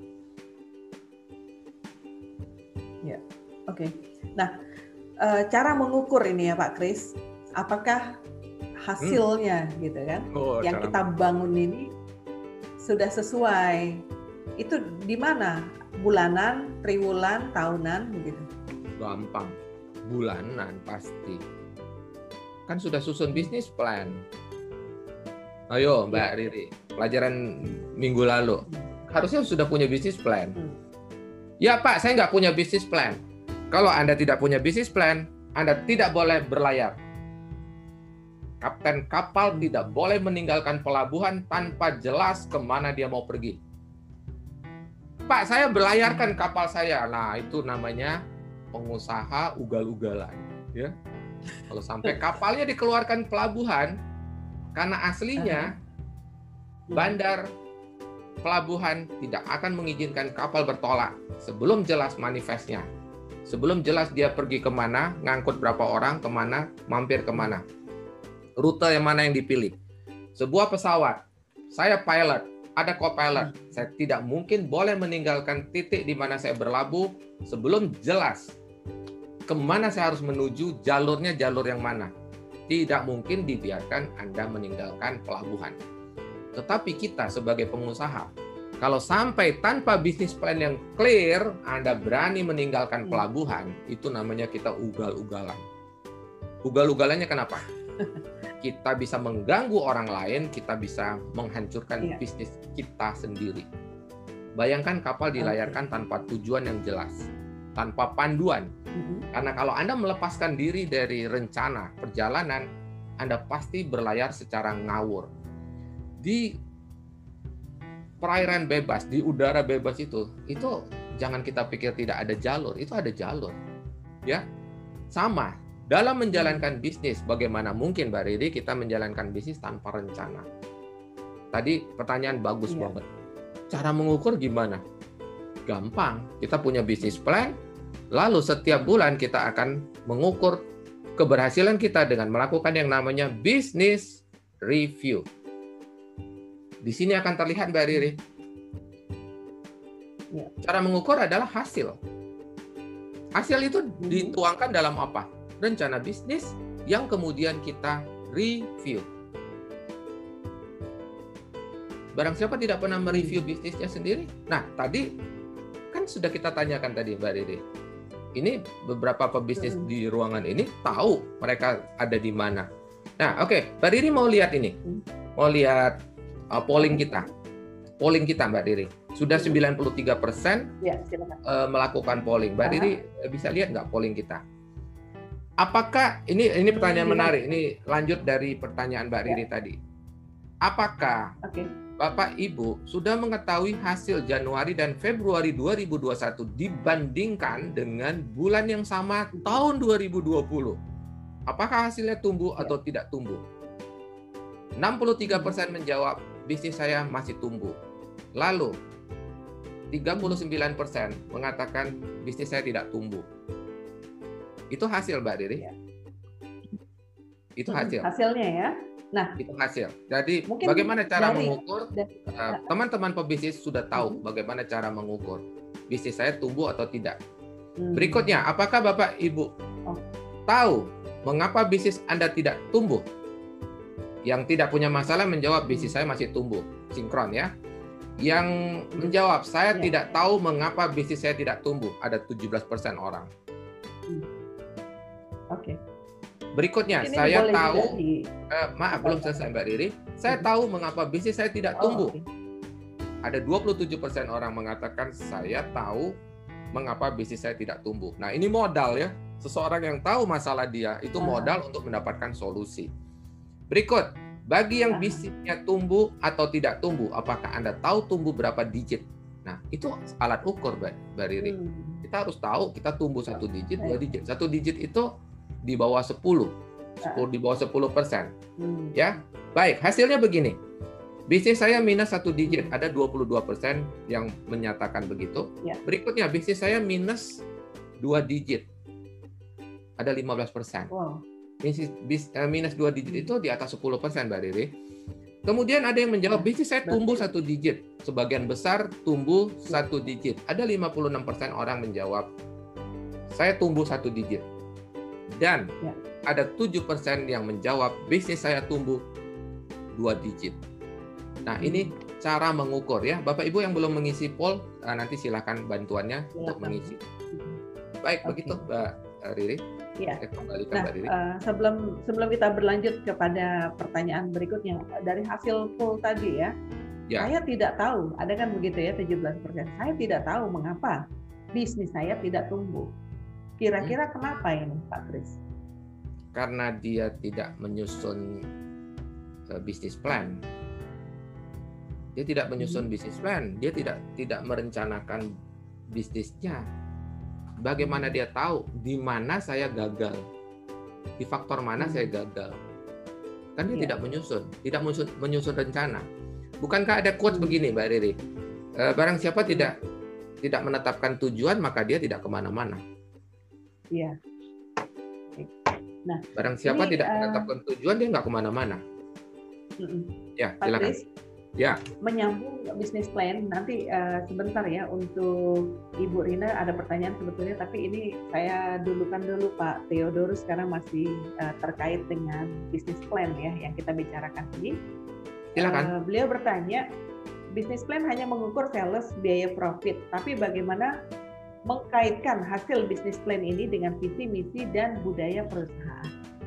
Ya, oke. Okay. Nah, cara mengukur ini ya Pak Kris, apakah hasilnya hmm. gitu kan, oh, yang kita bangun ini sudah sesuai? Itu di mana? Bulanan, triwulan, tahunan, begitu? Gampang, bulanan pasti. Kan sudah susun bisnis plan. Ayo Mbak ya. Riri, pelajaran minggu lalu, harusnya sudah punya bisnis plan. Hmm. Ya Pak, saya nggak punya bisnis plan. Kalau Anda tidak punya bisnis plan, Anda tidak boleh berlayar. Kapten kapal tidak boleh meninggalkan pelabuhan tanpa jelas kemana dia mau pergi. Pak, saya berlayarkan kapal saya. Nah, itu namanya pengusaha ugal-ugalan, ya. Kalau sampai kapalnya dikeluarkan pelabuhan, karena aslinya bandar pelabuhan tidak akan mengizinkan kapal bertolak sebelum jelas manifestnya. Sebelum jelas dia pergi kemana, ngangkut berapa orang, kemana, mampir kemana. Rute yang mana yang dipilih. Sebuah pesawat, saya pilot, ada co-pilot. Saya tidak mungkin boleh meninggalkan titik di mana saya berlabuh sebelum jelas kemana saya harus menuju, jalurnya jalur yang mana. Tidak mungkin dibiarkan Anda meninggalkan pelabuhan. Tetapi kita sebagai pengusaha, kalau sampai tanpa bisnis plan yang clear, Anda berani meninggalkan pelabuhan, itu namanya kita ugal-ugalan. Ugal-ugalannya kenapa? Kita bisa mengganggu orang lain, kita bisa menghancurkan iya. bisnis kita sendiri. Bayangkan kapal dilayarkan okay. tanpa tujuan yang jelas, tanpa panduan. Mm-hmm. Karena kalau Anda melepaskan diri dari rencana perjalanan, Anda pasti berlayar secara ngawur. Di perairan bebas, di udara bebas itu, itu jangan kita pikir tidak ada jalur, itu ada jalur. Ya, sama. Dalam menjalankan bisnis, bagaimana mungkin Mbak Riri kita menjalankan bisnis tanpa rencana? Tadi pertanyaan bagus iya. banget. Cara mengukur gimana? Gampang. Kita punya bisnis plan, lalu setiap bulan kita akan mengukur keberhasilan kita dengan melakukan yang namanya business review. Di sini akan terlihat Mbak Riri. Ya. Cara mengukur adalah hasil. Hasil itu dituangkan dalam apa? Rencana bisnis yang kemudian kita review. Barang siapa tidak pernah mereview bisnisnya sendiri? Nah, tadi kan sudah kita tanyakan tadi Mbak Riri. Ini beberapa pebisnis di ruangan ini tahu mereka ada di mana. Nah, oke, okay. Mbak Riri mau lihat ini. Mau lihat uh, polling kita. Polling kita Mbak Riri. Sudah sembilan puluh tiga persen ya, uh, melakukan polling. Mbak Riri bisa lihat nggak polling kita? Apakah ini ini pertanyaan menarik. Ini lanjut dari pertanyaan Mbak Riri ya. tadi. Apakah okay. Bapak Ibu sudah mengetahui hasil Januari dan Februari dua ribu dua puluh satu dibandingkan dengan bulan yang sama tahun dua ribu dua puluh? Apakah hasilnya tumbuh ya. atau tidak tumbuh? enam puluh tiga persen menjawab bisnis saya masih tumbuh. Lalu tiga puluh sembilan persen mengatakan bisnis saya tidak tumbuh. Itu hasil Mbak Riri. Ya. Itu hasil. Hasilnya ya. Nah, itu hasil. Jadi bagaimana cara dari, mengukur? Dari, uh, teman-teman pebisnis sudah tahu hmm. bagaimana cara mengukur bisnis saya tumbuh atau tidak. Hmm. Berikutnya, apakah Bapak Ibu oh. tahu mengapa bisnis Anda tidak tumbuh? Yang tidak punya masalah menjawab bisnis saya masih tumbuh. Sinkron ya. Yang menjawab saya ya. tidak tahu mengapa bisnis saya tidak tumbuh. Ada tujuh belas persen orang. Hmm. Oke. Okay. Berikutnya, ini saya tahu, di... uh, maaf belum selesai Mbak Riri, saya tahu mengapa bisnis saya tidak tumbuh. Oh, okay. Ada dua puluh tujuh persen orang mengatakan saya tahu mengapa bisnis saya tidak tumbuh. Nah ini modal ya, seseorang yang tahu masalah dia, itu modal uh. untuk mendapatkan solusi. Berikut, bagi yang uh. bisnisnya tumbuh atau tidak tumbuh, apakah Anda tahu tumbuh berapa digit? Nah itu alat ukur Mbak Riri. Hmm. Kita harus tahu kita tumbuh satu digit, dua digit. Satu digit itu di bawah sepuluh, sepuluh di bawah sepuluh persen. Hmm. Ya, baik. Hasilnya begini. Bisnis saya minus satu digit, ada dua puluh dua persen yang menyatakan begitu. Ya. Berikutnya, bisnis saya minus dua digit, ada lima belas persen. Wow. Bisnis bis, uh, minus dua digit itu di atas sepuluh persen, Mbak Riri. Kemudian ada yang menjawab bisnis saya tumbuh satu digit, sebagian besar tumbuh satu digit. Ada lima puluh enam persen orang menjawab saya tumbuh satu digit. Dan ya. ada tujuh persen yang menjawab bisnis saya tumbuh dua digit. Nah, hmm. ini cara mengukur ya. Bapak Ibu yang belum mengisi poll, nanti silakan bantuannya silakan. untuk mengisi. Baik, okay. begitu Mbak Riri. Ya. Nah, Mbak Riri. Uh, sebelum sebelum kita berlanjut kepada pertanyaan berikutnya, dari hasil poll tadi ya, ya. saya tidak tahu, ada kan begitu ya tujuh belas persen. Saya tidak tahu mengapa bisnis saya tidak tumbuh. Kira-kira hmm. kenapa ini, Pak Kris? Karena dia tidak menyusun uh, bisnis plan. Dia tidak menyusun bisnis plan, dia tidak tidak merencanakan bisnisnya. Bagaimana dia tahu di mana saya gagal? Di faktor mana hmm. saya gagal? Kan dia yeah. tidak menyusun, tidak menyusun, menyusun rencana. Bukankah ada quotes hmm. begini, Mbak Riri? E, barang siapa tidak tidak menetapkan tujuan, maka dia tidak kemana-mana. Iya. Nah, barang siapa ini, tidak uh, menetapkan tujuan, dia nggak kemana-mana. Uh, ya, silakan. Patris, ya. Menyambung bisnis plan, nanti uh, sebentar ya untuk Ibu Rina ada pertanyaan sebetulnya, tapi ini saya dulukan dulu Pak Theodorus karena masih uh, terkait dengan bisnis plan ya yang kita bicarakan ini. Silakan. Uh, beliau bertanya, bisnis plan hanya mengukur sales biaya profit, tapi bagaimana mengkaitkan hasil bisnis plan ini dengan visi, misi, dan budaya perusahaan?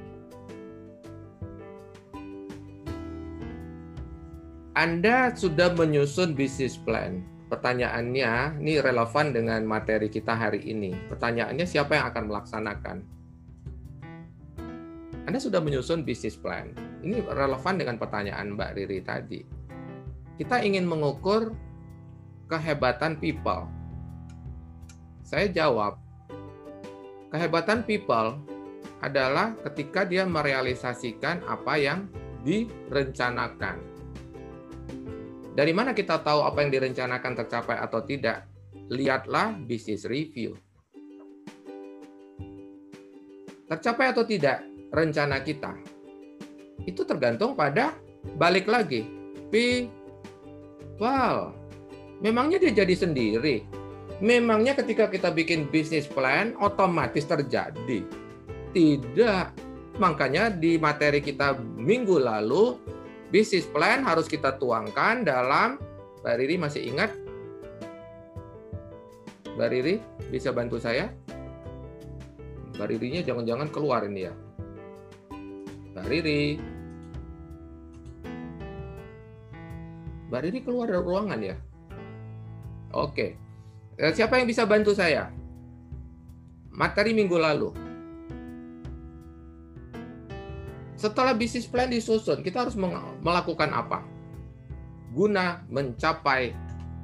Anda sudah menyusun bisnis plan. Pertanyaannya, ini relevan dengan materi kita hari ini. Pertanyaannya, siapa yang akan melaksanakan? Anda sudah menyusun bisnis plan. Ini relevan dengan pertanyaan Mbak Riri tadi. Kita ingin mengukur kehebatan people. Saya jawab, kehebatan people adalah ketika dia merealisasikan apa yang direncanakan. Dari mana kita tahu apa yang direncanakan tercapai atau tidak? Lihatlah bisnis review. Tercapai atau tidak rencana kita? Itu tergantung pada balik lagi. People. Memangnya dia jadi sendiri? Memangnya ketika kita bikin bisnis plan otomatis terjadi? Tidak. Makanya di materi kita minggu lalu, bisnis plan harus kita tuangkan dalam, Mbak Riri masih ingat? Mbak Riri bisa bantu saya? Mbak Ririnya jangan-jangan keluar ini ya. Mbak Riri. Mbak Riri keluar dari ruangan ya? Oke. Siapa yang bisa bantu saya? Materi minggu lalu. Setelah bisnis plan disusun, kita harus melakukan apa? Guna mencapai.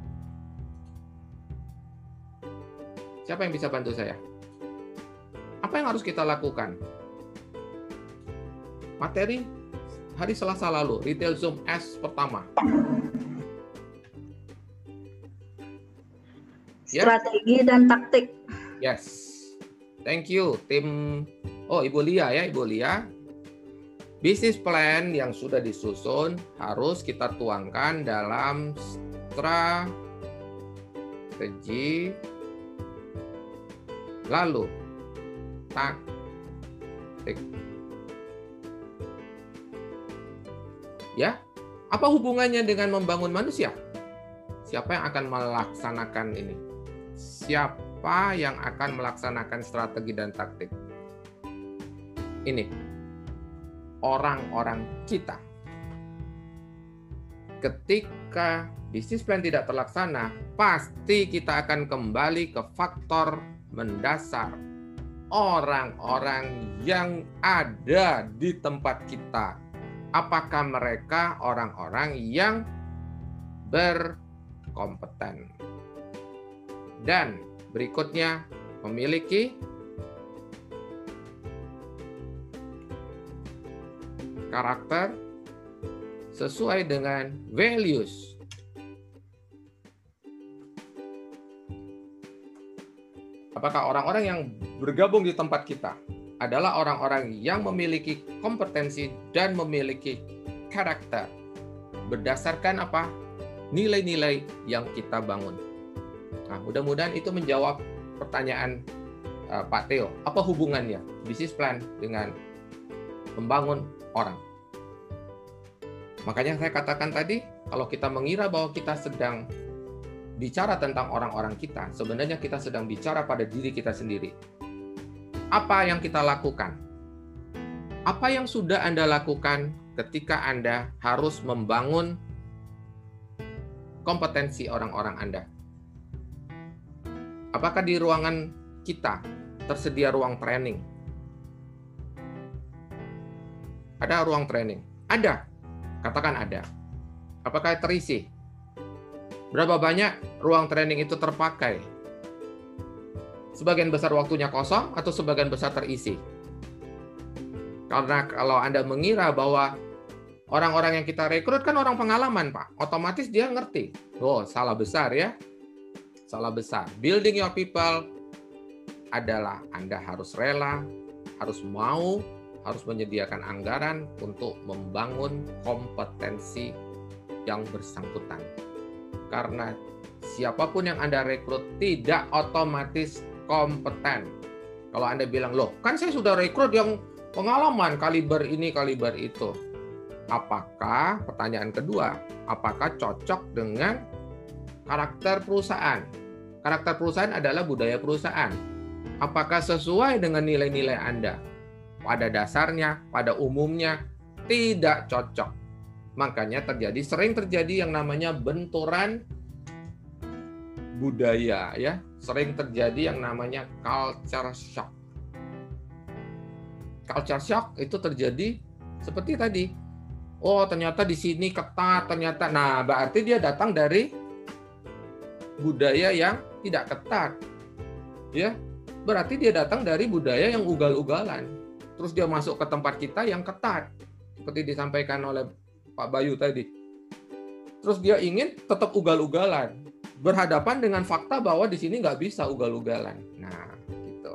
Siapa yang bisa bantu saya? Apa yang harus kita lakukan? Materi hari Selasa lalu, Retail Zoom S pertama. Strategi dan taktik. Yes. Thank you, tim. Oh, Ibu Lia ya, Ibu Lia. Bisnis plan yang sudah disusun harus kita tuangkan dalam strategi, lalu taktik. Ya, apa hubungannya dengan membangun manusia? Siapa yang akan melaksanakan ini? Siapa yang akan melaksanakan strategi dan taktik? Ini. Orang-orang kita. Ketika bisnis plan tidak terlaksana, pasti kita akan kembali ke faktor mendasar. Orang-orang yang ada di tempat kita. Apakah mereka orang-orang yang berkompeten? Dan berikutnya memiliki karakter sesuai dengan values. Apakah orang-orang yang bergabung di tempat kita adalah orang-orang yang memiliki kompetensi dan memiliki karakter berdasarkan apa? Nilai-nilai yang kita bangun. Nah, mudah-mudahan itu menjawab pertanyaan uh, Pak Theo. Apa hubungannya bisnis plan dengan membangun orang? Makanya saya katakan tadi, kalau kita mengira bahwa kita sedang bicara tentang orang-orang kita, sebenarnya kita sedang bicara pada diri kita sendiri. Apa yang kita lakukan? Apa yang sudah Anda lakukan ketika Anda harus membangun kompetensi orang-orang Anda? Apakah di ruangan kita tersedia ruang training? Ada ruang training? Ada. Katakan ada. Apakah terisi? Berapa banyak ruang training itu terpakai? Sebagian besar waktunya kosong atau sebagian besar terisi? Karena kalau Anda mengira bahwa orang-orang yang kita rekrut kan orang pengalaman, Pak, otomatis dia ngerti. Oh, salah besar ya. Salah besar. Building your people adalah Anda harus rela, harus mau, harus menyediakan anggaran untuk membangun kompetensi yang bersangkutan. Karena siapapun yang Anda rekrut tidak otomatis kompeten. Kalau Anda bilang, loh, kan saya sudah rekrut yang pengalaman, kaliber ini, kaliber itu. Apakah, pertanyaan kedua, apakah cocok dengan karakter perusahaan? Karakter perusahaan adalah budaya perusahaan. Apakah sesuai dengan nilai-nilai Anda? Pada dasarnya, pada umumnya, tidak cocok. Makanya terjadi, sering terjadi yang namanya benturan budaya, ya. Sering terjadi yang namanya culture shock. Culture shock itu terjadi seperti tadi. Oh, ternyata di sini ketat, ternyata. Nah, berarti dia datang dari budaya yang tidak ketat. Ya. Berarti dia datang dari budaya yang ugal-ugalan. Terus dia masuk ke tempat kita yang ketat. Seperti disampaikan oleh Pak Bayu tadi. Terus dia ingin tetap ugal-ugalan. Berhadapan dengan fakta bahwa di sini nggak bisa ugal-ugalan. Nah, gitu.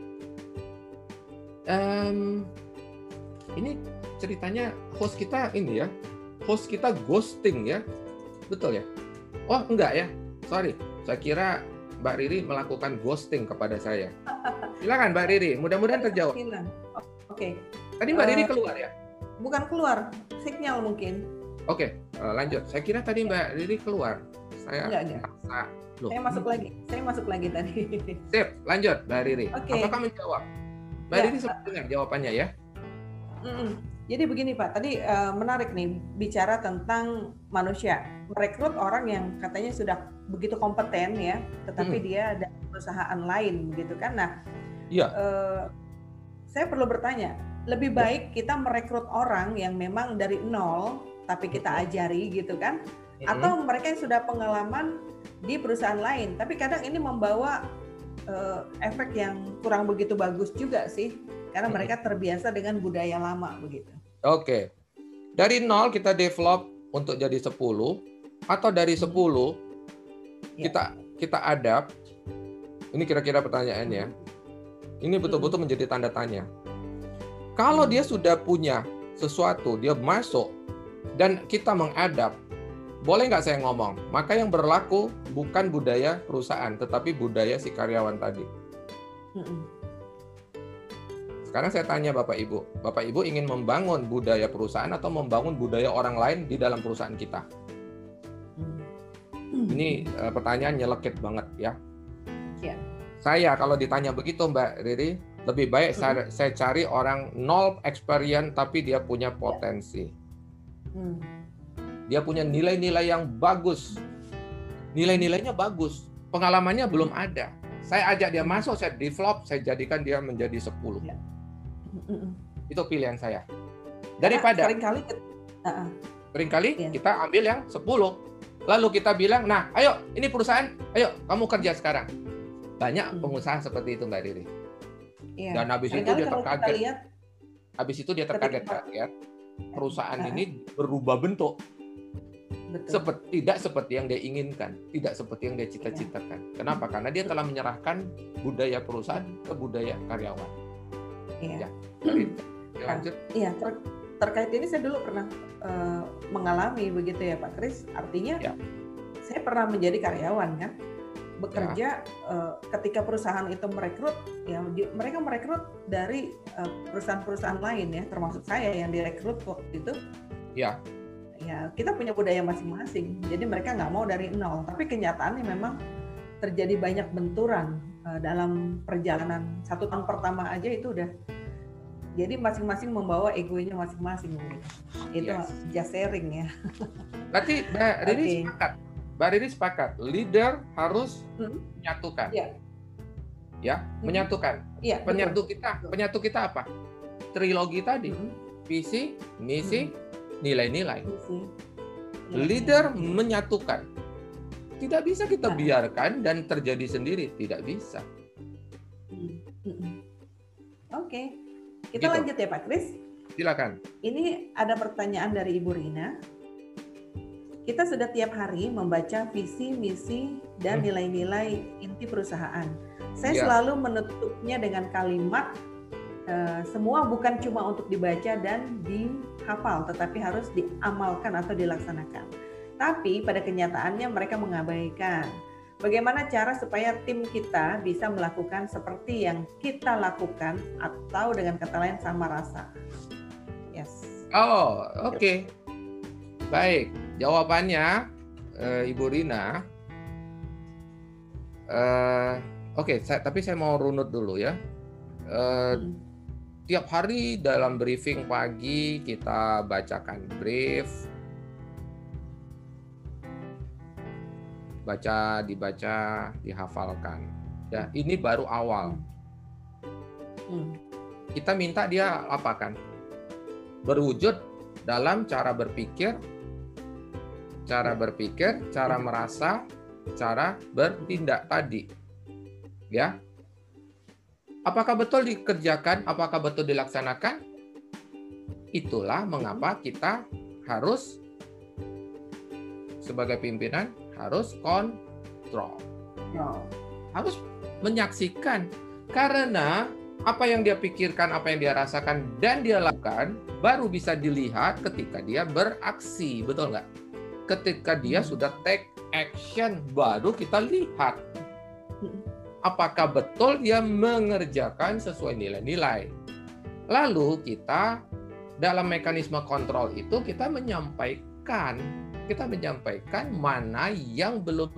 Um, ini ceritanya host kita ini ya. Host kita ghosting ya. Betul ya? Oh, enggak ya. Sorry. Saya kira Mbak Riri melakukan ghosting kepada saya. Silakan Mbak Riri, mudah-mudahan terjawab. Oke. Okay. Tadi Mbak Uh, Riri keluar ya? Bukan keluar, sinyal mungkin. Oke, okay, lanjut. Saya kira tadi Mbak Riri keluar. Saya enggak, enggak. merasa, loh, Saya masuk lagi. Saya masuk lagi tadi. Sip, lanjut Mbak Riri. Okay. Apakah menjawab? Mbak Ya. Riri sempat dengar jawabannya ya? Mm-mm. Jadi begini Pak, tadi uh, menarik nih bicara tentang manusia. Merekrut orang yang katanya sudah begitu kompeten ya, tetapi Hmm. dia ada perusahaan lain gitu kan. Nah, Iya. uh, saya perlu bertanya, lebih baik kita merekrut orang yang memang dari nol, tapi kita ajari gitu kan, Hmm. atau mereka yang sudah pengalaman di perusahaan lain. Tapi kadang ini membawa uh, efek yang kurang begitu bagus juga sih, karena Hmm. mereka terbiasa dengan budaya lama begitu. Oke. Dari nol kita develop untuk jadi sepuluh, atau dari sepuluh Ya. kita kita adapt. Ini kira-kira pertanyaannya. Ini betul-betul menjadi tanda tanya. Kalau dia sudah punya sesuatu, dia masuk dan kita mengadap, boleh nggak saya ngomong? Maka yang berlaku bukan budaya perusahaan, tetapi budaya si karyawan tadi. Mm-mm. Sekarang saya tanya Bapak Ibu, Bapak Ibu ingin membangun budaya perusahaan atau membangun budaya orang lain di dalam perusahaan kita? Ini uh, pertanyaan nyelekit banget ya. Ya. Saya kalau ditanya begitu Mbak Riri, lebih baik saya, saya cari orang nol experience tapi dia punya potensi. Hmm. Dia punya nilai-nilai yang bagus. Nilai-nilainya bagus. Pengalamannya belum ada. Saya ajak dia masuk, saya develop, saya jadikan dia menjadi sepuluh. Ya. Mm-mm. Itu pilihan saya. Daripada seringkali uh-uh. seringkali Ya. kita ambil yang sepuluh. Lalu kita bilang, nah ayo ini perusahaan, ayo kamu kerja sekarang. Banyak Hmm. pengusaha seperti itu Mbak Riri. Ya. Dan habis itu Seringkali dia kalau kita terkaget. lihat, Habis itu dia terkaget-kaget. Perusahaan Uh-uh. ini berubah bentuk. betul. Seperti, tidak seperti yang dia inginkan, tidak seperti yang dia cita-citakan. Kenapa? Karena dia telah menyerahkan budaya perusahaan ke budaya karyawan. Iya. Ya. Jadi, lanjut. Iya, ter- terkait ini saya dulu pernah uh, mengalami begitu ya Pak Kris. Artinya Ya. saya pernah menjadi karyawan kan, bekerja uh, ketika perusahaan itu merekrut, ya di- mereka merekrut dari uh, perusahaan-perusahaan lain ya, termasuk saya yang direkrut waktu itu. Ya. Ya kita punya budaya masing-masing, jadi mereka nggak mau dari nol. Tapi kenyataannya memang terjadi banyak benturan uh, dalam perjalanan satu tahun pertama aja itu udah. Jadi masing-masing membawa egonya masing-masing. Itu Yes. just sharing ya. Berarti Mbak Riri Oke. sepakat. Mbak Riri sepakat. Leader harus Hmm. menyatukan. Iya. Ya, menyatukan. Iya. Penyatu betul. kita, Betul. penyatu kita apa? Trilogi tadi. Hmm. Visi, misi, nilai-nilai. Iya sih. Leader Iya. menyatukan. Tidak bisa kita Nah. biarkan dan terjadi sendiri, tidak bisa. Hmm. Mm-mm. Oke, kita Gitu. lanjut ya Pak Kris. Silakan. Ini ada pertanyaan dari Ibu Rina. Kita sudah tiap hari membaca visi, misi, dan Hmm. nilai-nilai inti perusahaan. Saya Ya. selalu menutupnya dengan kalimat, eh, semua bukan cuma untuk dibaca dan dihafal, tetapi harus diamalkan atau dilaksanakan. Tapi pada kenyataannya mereka mengabaikan. Bagaimana cara supaya tim kita bisa melakukan seperti yang kita lakukan atau dengan kata lain sama rasa? Yes. Oh, oke. Baik, jawabannya eh, Ibu Rina. Eh, oke, saya, tapi saya mau runut dulu ya. Eh, Hmm. tiap hari dalam briefing pagi kita bacakan brief, baca, dibaca, dihafalkan. Ya, ini baru awal. Hmm. Kita minta dia apa kan? Berwujud dalam cara berpikir, cara berpikir, cara merasa, cara bertindak tadi. Ya. Apakah betul dikerjakan? Apakah betul dilaksanakan? Itulah mengapa kita harus sebagai pimpinan harus kontrol. No. Harus menyaksikan, karena apa yang dia pikirkan, apa yang dia rasakan dan dia lakukan baru bisa dilihat ketika dia beraksi, betul nggak? Ketika dia sudah take action baru kita lihat apakah betul dia mengerjakan sesuai nilai-nilai. Lalu kita dalam mekanisme kontrol itu kita menyampaikan, kita menyampaikan mana yang belum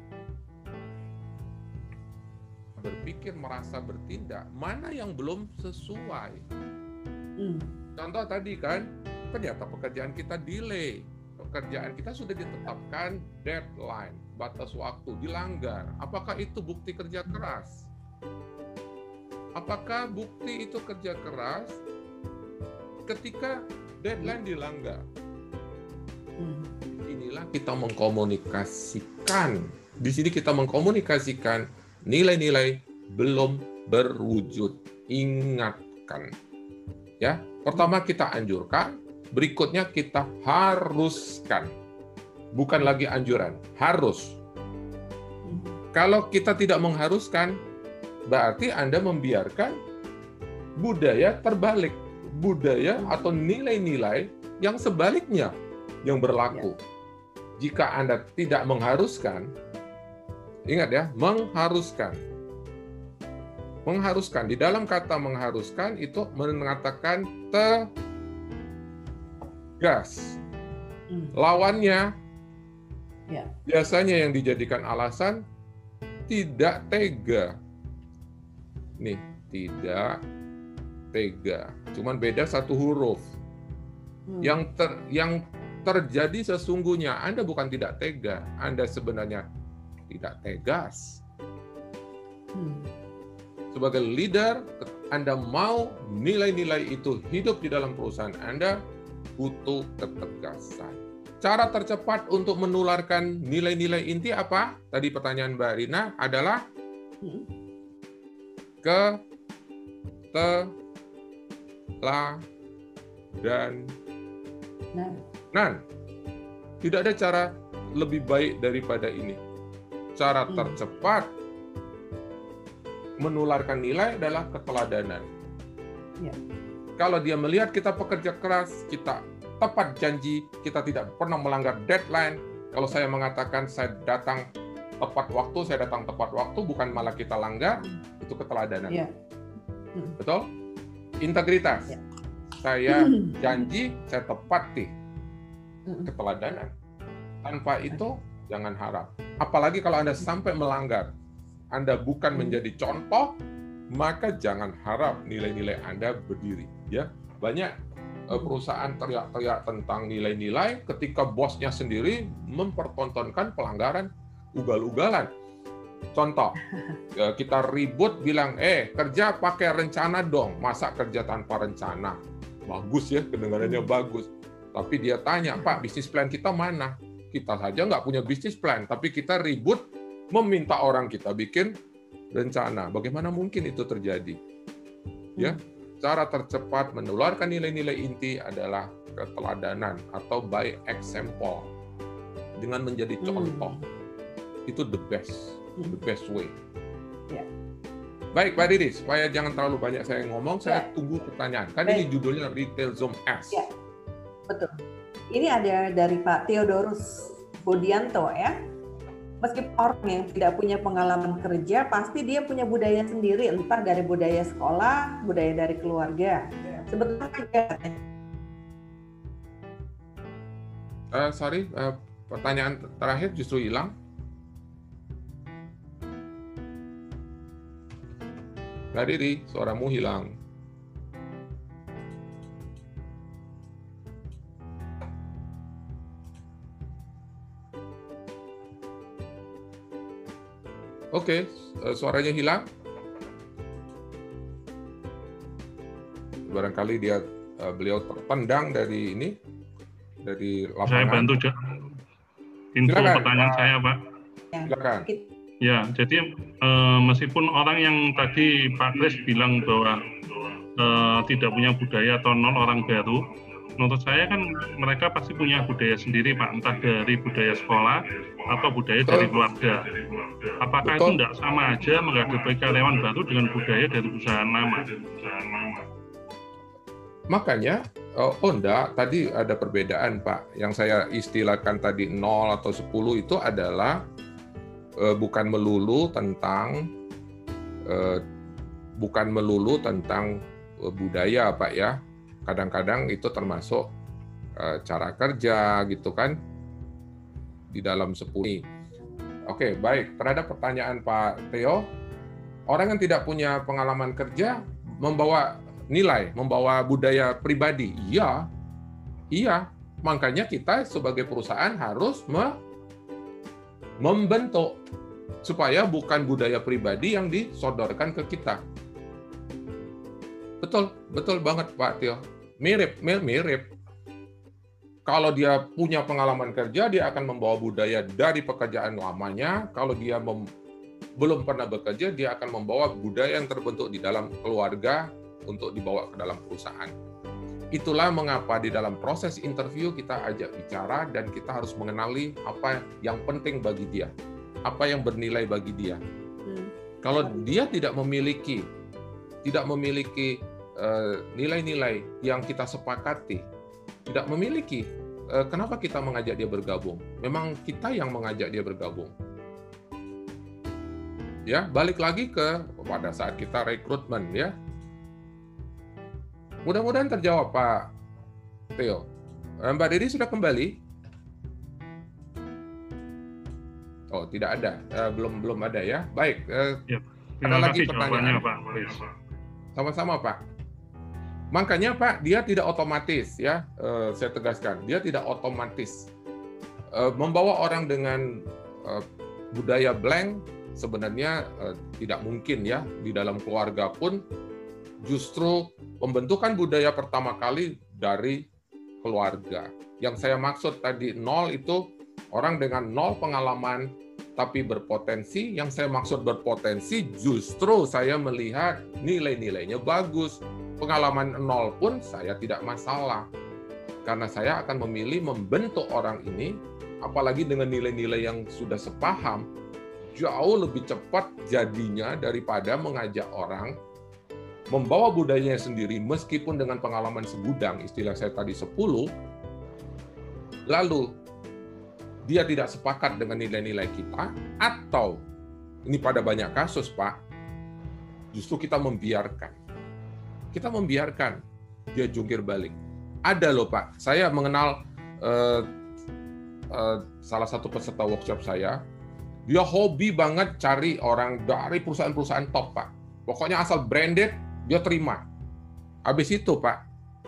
berpikir, merasa, bertindak, mana yang belum sesuai. Hmm. Contoh tadi kan, ternyata pekerjaan kita delay. Pekerjaan kita sudah ditetapkan deadline, batas waktu, dilanggar. Apakah itu bukti kerja keras? Apakah bukti itu kerja keras ketika deadline dilanggar? Hmm. Inilah kita mengkomunikasikan. Di sini kita mengkomunikasikan nilai-nilai belum berwujud. Ingatkan. Ya, pertama kita anjurkan, berikutnya kita haruskan. Bukan lagi anjuran, harus. Kalau kita tidak mengharuskan, berarti Anda membiarkan budaya terbalik. Budaya atau nilai-nilai yang sebaliknya yang berlaku. Jika Anda tidak mengharuskan, ingat ya, mengharuskan. Mengharuskan, di dalam kata mengharuskan itu mengatakan tegas. Lawannya, Ya. biasanya yang dijadikan alasan tidak tega. Nih, tidak tega. Cuman beda satu huruf. Hmm. Yang ter, yang terjadi sesungguhnya Anda bukan tidak tega, Anda sebenarnya tidak tegas. Hmm. Sebagai leader, Anda mau nilai-nilai itu hidup di dalam perusahaan Anda, butuh ketegasan. Cara tercepat untuk menularkan nilai-nilai inti apa? Tadi pertanyaan Mbak Rina adalah Hmm. keteladanan. Nah. Nah, tidak ada cara lebih baik daripada ini. Cara Hmm. tercepat menularkan nilai adalah keteladanan. Ya. Kalau dia melihat kita pekerja keras, kita tepat janji, kita tidak pernah melanggar deadline. Kalau saya mengatakan saya datang tepat waktu, saya datang tepat waktu, bukan malah kita langgar, itu keteladanan. Ya. Hmm. Betul? Integritas. Ya. Saya janji, saya tepati. Hmm. Keteladanan. Tanpa itu, jangan harap. Apalagi kalau Anda sampai melanggar, Anda bukan menjadi contoh, maka jangan harap nilai-nilai Anda berdiri. Ya, banyak eh, perusahaan teriak-teriak tentang nilai-nilai ketika bosnya sendiri mempertontonkan pelanggaran ugal-ugalan. Contoh, eh, kita ribut bilang, eh kerja pakai rencana dong, masa kerja tanpa rencana? Bagus ya, kedengarannya bagus. Tapi dia tanya, Pak, bisnis plan kita mana? Kita saja nggak punya bisnis plan, tapi kita ribut meminta orang kita bikin rencana. Bagaimana mungkin itu terjadi? Ya, cara tercepat menularkan nilai-nilai inti adalah keteladanan atau by example, dengan menjadi contoh. Hmm. Itu the best, the best way. Ya. Baik, Pak Didi, supaya jangan terlalu banyak saya ngomong, saya ya. tunggu pertanyaan. Kan Baik. ini judulnya Retail Zoom S. Ya, betul. Ini ada dari Pak Theodorus Bodianto ya. Meskipun orang yang tidak punya pengalaman kerja, pasti dia punya budaya sendiri, entah dari budaya sekolah, budaya dari keluarga. Sebetulnya, uh, sorry, uh, pertanyaan terakhir justru hilang. Mbak Didi, suaramu hilang. Oke, okay, suaranya hilang. Barangkali dia beliau tertendang dari ini, dari lapangan. Saya bantu info Silakan. Pertanyaan saya, Pak. Silakan. Ya, jadi eh, meskipun orang yang tadi Pak Kris bilang bahwa eh, tidak punya budaya atau nol orang baru, menurut saya kan mereka pasti punya budaya sendiri, Pak, entah dari budaya sekolah atau budaya Betul. dari keluarga. Apakah Betul. itu tidak sama aja menghadapi karyawan baru dengan budaya dari perusahaan lama? Makanya, oh enggak, tadi ada perbedaan, Pak. Yang saya istilahkan tadi nol atau sepuluh itu adalah eh, bukan melulu tentang eh, bukan melulu tentang eh, budaya, Pak ya. Kadang-kadang itu termasuk uh, cara kerja gitu kan di dalam sepuluh. Oke, baik. Terhadap pertanyaan Pak Theo, orang yang tidak punya pengalaman kerja membawa nilai, membawa budaya pribadi. Iya, iya. Makanya kita sebagai perusahaan harus me membentuk supaya bukan budaya pribadi yang disodorkan ke kita. Betul, betul banget Pak Tio. Mirip, mirip. Kalau dia punya pengalaman kerja, dia akan membawa budaya dari pekerjaan lamanya. Kalau dia mem, belum pernah bekerja, dia akan membawa budaya yang terbentuk di dalam keluarga untuk dibawa ke dalam perusahaan. Itulah mengapa di dalam proses interview kita ajak bicara dan kita harus mengenali apa yang penting bagi dia, apa yang bernilai bagi dia. Hmm. Kalau dia tidak memiliki, tidak memiliki nilai-nilai yang kita sepakati, tidak memiliki, kenapa kita mengajak dia bergabung? Memang kita yang mengajak dia bergabung. Ya, balik lagi ke pada saat kita rekrutmen ya. Mudah-mudahan terjawab Pak Theo. Mbak Didi sudah kembali? Oh, tidak ada, belum belum ada ya. Baik. Ya, ada lagi pertanyaan, Pak. Sama-sama Pak. Makanya Pak, dia tidak otomatis ya, eh, saya tegaskan, dia tidak otomatis eh, membawa orang dengan eh, budaya blank sebenarnya eh, tidak mungkin ya. Di dalam keluarga pun justru pembentukan budaya pertama kali dari keluarga. Yang saya maksud tadi nol itu orang dengan nol pengalaman tapi berpotensi. Yang saya maksud berpotensi justru saya melihat nilai-nilainya bagus. Pengalaman nol pun saya tidak masalah. Karena saya akan memilih membentuk orang ini, apalagi dengan nilai-nilai yang sudah sepaham, jauh lebih cepat jadinya daripada mengajak orang membawa budayanya sendiri, meskipun dengan pengalaman segudang, istilah saya tadi sepuluh, lalu dia tidak sepakat dengan nilai-nilai kita, atau ini pada banyak kasus, Pak, justru kita membiarkan. Kita membiarkan dia jungkir balik. Ada loh Pak, saya mengenal uh, uh, salah satu peserta workshop saya, dia hobi banget cari orang dari perusahaan-perusahaan top Pak. Pokoknya asal branded, dia terima. Habis itu Pak,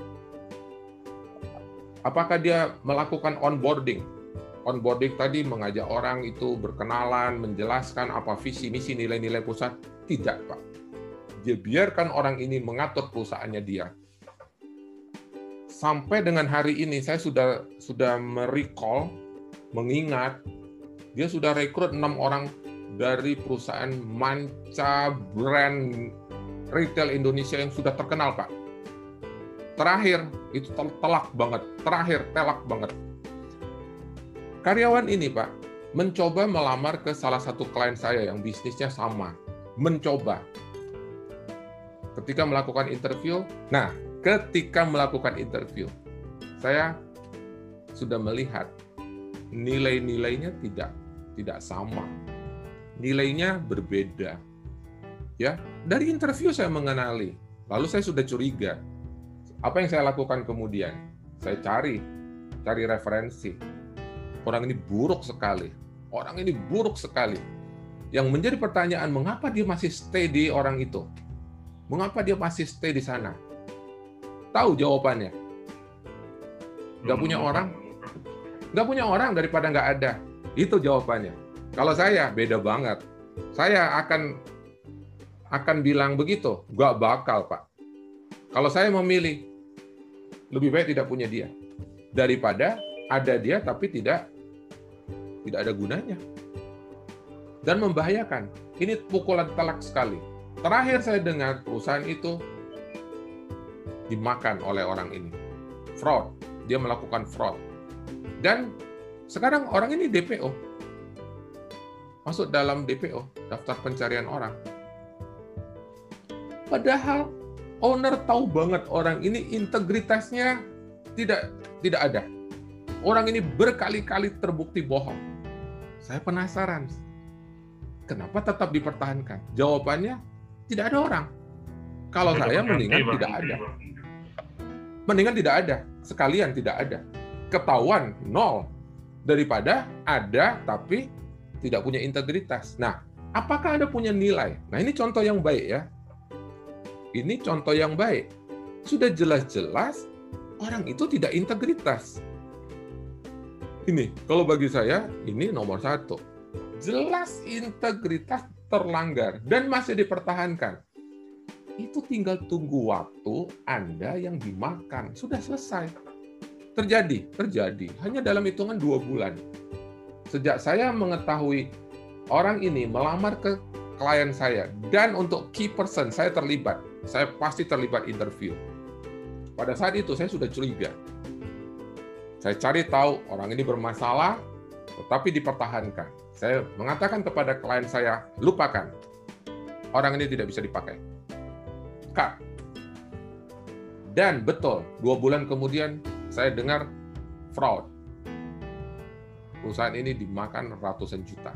apakah dia melakukan onboarding? Onboarding tadi mengajak orang itu berkenalan, menjelaskan apa visi, misi, nilai-nilai perusahaan? Tidak Pak. Dia biarkan orang ini mengatur perusahaannya dia. Sampai dengan hari ini saya sudah sudah merecall mengingat dia sudah rekrut enam orang dari perusahaan manca brand retail Indonesia yang sudah terkenal, Pak. Terakhir, itu telak banget. Terakhir, telak banget. Karyawan ini, Pak, mencoba melamar ke salah satu klien saya yang bisnisnya sama. Mencoba. Ketika melakukan interview, nah, ketika melakukan interview, saya sudah melihat nilai-nilainya tidak tidak sama. Nilainya berbeda. Ya, dari interview saya mengenali. Lalu saya sudah curiga. Apa yang saya lakukan kemudian? Saya cari cari referensi. Orang ini buruk sekali. Orang ini buruk sekali. Yang menjadi pertanyaan, mengapa dia masih stay di orang itu? Mengapa dia masih stay di sana? Tahu jawabannya? Nggak punya orang? Nggak punya orang daripada nggak ada. Itu jawabannya. Kalau saya, beda banget. Saya akan akan bilang begitu. Nggak bakal, Pak. Kalau saya memilih, lebih baik tidak punya dia. Daripada ada dia tapi tidak tidak ada gunanya. Dan membahayakan. Ini pukulan telak sekali. Terakhir saya dengar perusahaan itu dimakan oleh orang ini. Fraud. Dia melakukan fraud. Dan sekarang orang ini D P O. Masuk dalam D P O, daftar pencarian orang. Padahal owner tahu banget orang ini integritasnya tidak tidak ada. Orang ini berkali-kali terbukti bohong. Saya penasaran. Kenapa tetap dipertahankan? Jawabannya, tidak ada orang. Kalau saya mendingan tidak ada. Mendingan tidak ada. Sekalian tidak ada. Ketahuan, nol. Daripada ada, tapi tidak punya integritas. Nah, apakah Anda punya nilai? Nah, ini contoh yang baik ya. Ini contoh yang baik. Sudah jelas-jelas orang itu tidak integritas. Ini, kalau bagi saya, ini nomor satu. Jelas integritas terlanggar dan masih dipertahankan. Itu tinggal tunggu waktu Anda yang dimakan. Sudah selesai. Terjadi, terjadi. Hanya dalam hitungan dua bulan. Sejak saya mengetahui orang ini melamar ke klien saya, dan untuk key person saya terlibat, saya pasti terlibat interview. Pada saat itu saya sudah curiga. Saya cari tahu orang ini bermasalah, tetapi dipertahankan. Saya mengatakan kepada klien saya, lupakan. Orang ini tidak bisa dipakai. Cut. Dan betul, dua bulan kemudian saya dengar fraud. Perusahaan ini dimakan ratusan juta.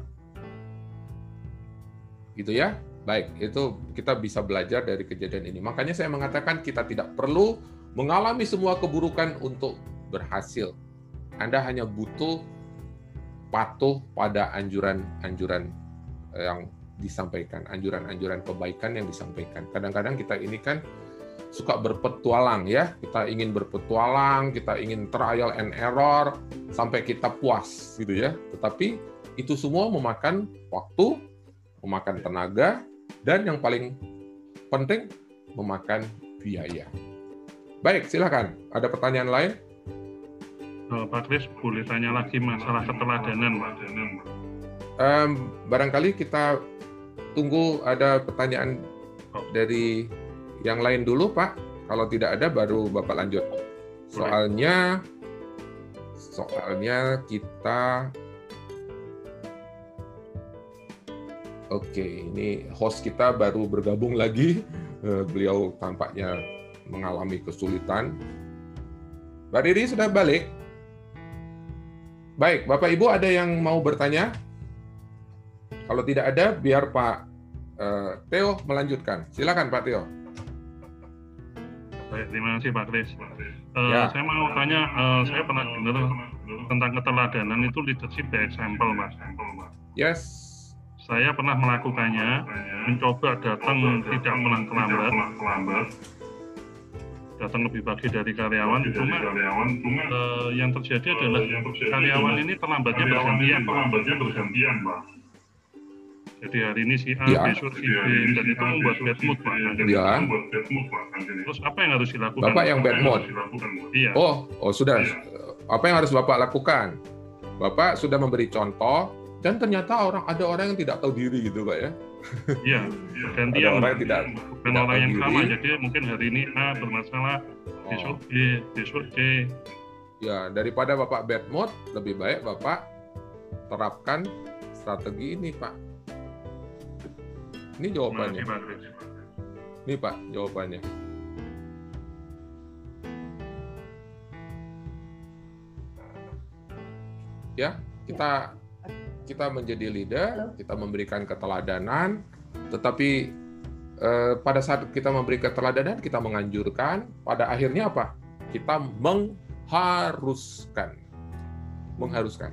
Gitu ya? Baik, itu kita bisa belajar dari kejadian ini. Makanya saya mengatakan kita tidak perlu mengalami semua keburukan untuk berhasil. Anda hanya butuh patuh pada anjuran-anjuran yang disampaikan, anjuran-anjuran kebaikan yang disampaikan. Kadang-kadang kita ini kan suka berpetualang ya, kita ingin berpetualang, kita ingin trial and error sampai kita puas gitu ya. Tetapi itu semua memakan waktu, memakan tenaga, dan yang paling penting memakan biaya. Baik, silakan. Ada pertanyaan lain? Pak Kris, boleh tanya lagi masalah keteladanan, Pak? Um, barangkali kita tunggu ada pertanyaan dari yang lain dulu, Pak. Kalau tidak ada, baru Bapak lanjut. Soalnya, soalnya kita, oke, ini host kita baru bergabung lagi. Beliau tampaknya mengalami kesulitan. Mbak Riri sudah balik? Baik, Bapak Ibu ada yang mau bertanya? Kalau tidak ada, biar Pak uh, Theo melanjutkan. Silakan Pak Theo. Baik, terima kasih Pak Kris. Uh, Ya. Saya mau tanya, uh, saya pernah dengar tentang keteladanan itu leadership by example, Mas. Yes. Saya pernah melakukannya, mencoba datang tidak pulang terlambat, datang lebih pagi dari karyawan, cuma uh, yang terjadi adalah karyawan ini terlambatnya bergantian, Pak. Jadi hari ini si A, Ya. besok si B, dan itu membuat bad mood, Pak. Ya. Terus apa yang harus dilakukan? Bapak yang bad mood? Iya. Oh, oh sudah. Apa yang harus Bapak lakukan? Bapak sudah memberi contoh, dan ternyata orang ada orang yang tidak tahu diri gitu Pak ya. Iya, ganti yang orang yang tidak bukan tidak orang yang tahu sama, diri. jadi mungkin hari ini A bermasalah, besok B, besok C. Ya, daripada Bapak bad mood, lebih baik Bapak terapkan strategi ini, Pak. Ini jawabannya. Masih bagus. Ini, Pak, jawabannya. Ya, kita kita menjadi leader, kita memberikan keteladanan, tetapi eh, pada saat kita memberi keteladanan, kita menganjurkan, pada akhirnya apa? Kita mengharuskan. Mengharuskan.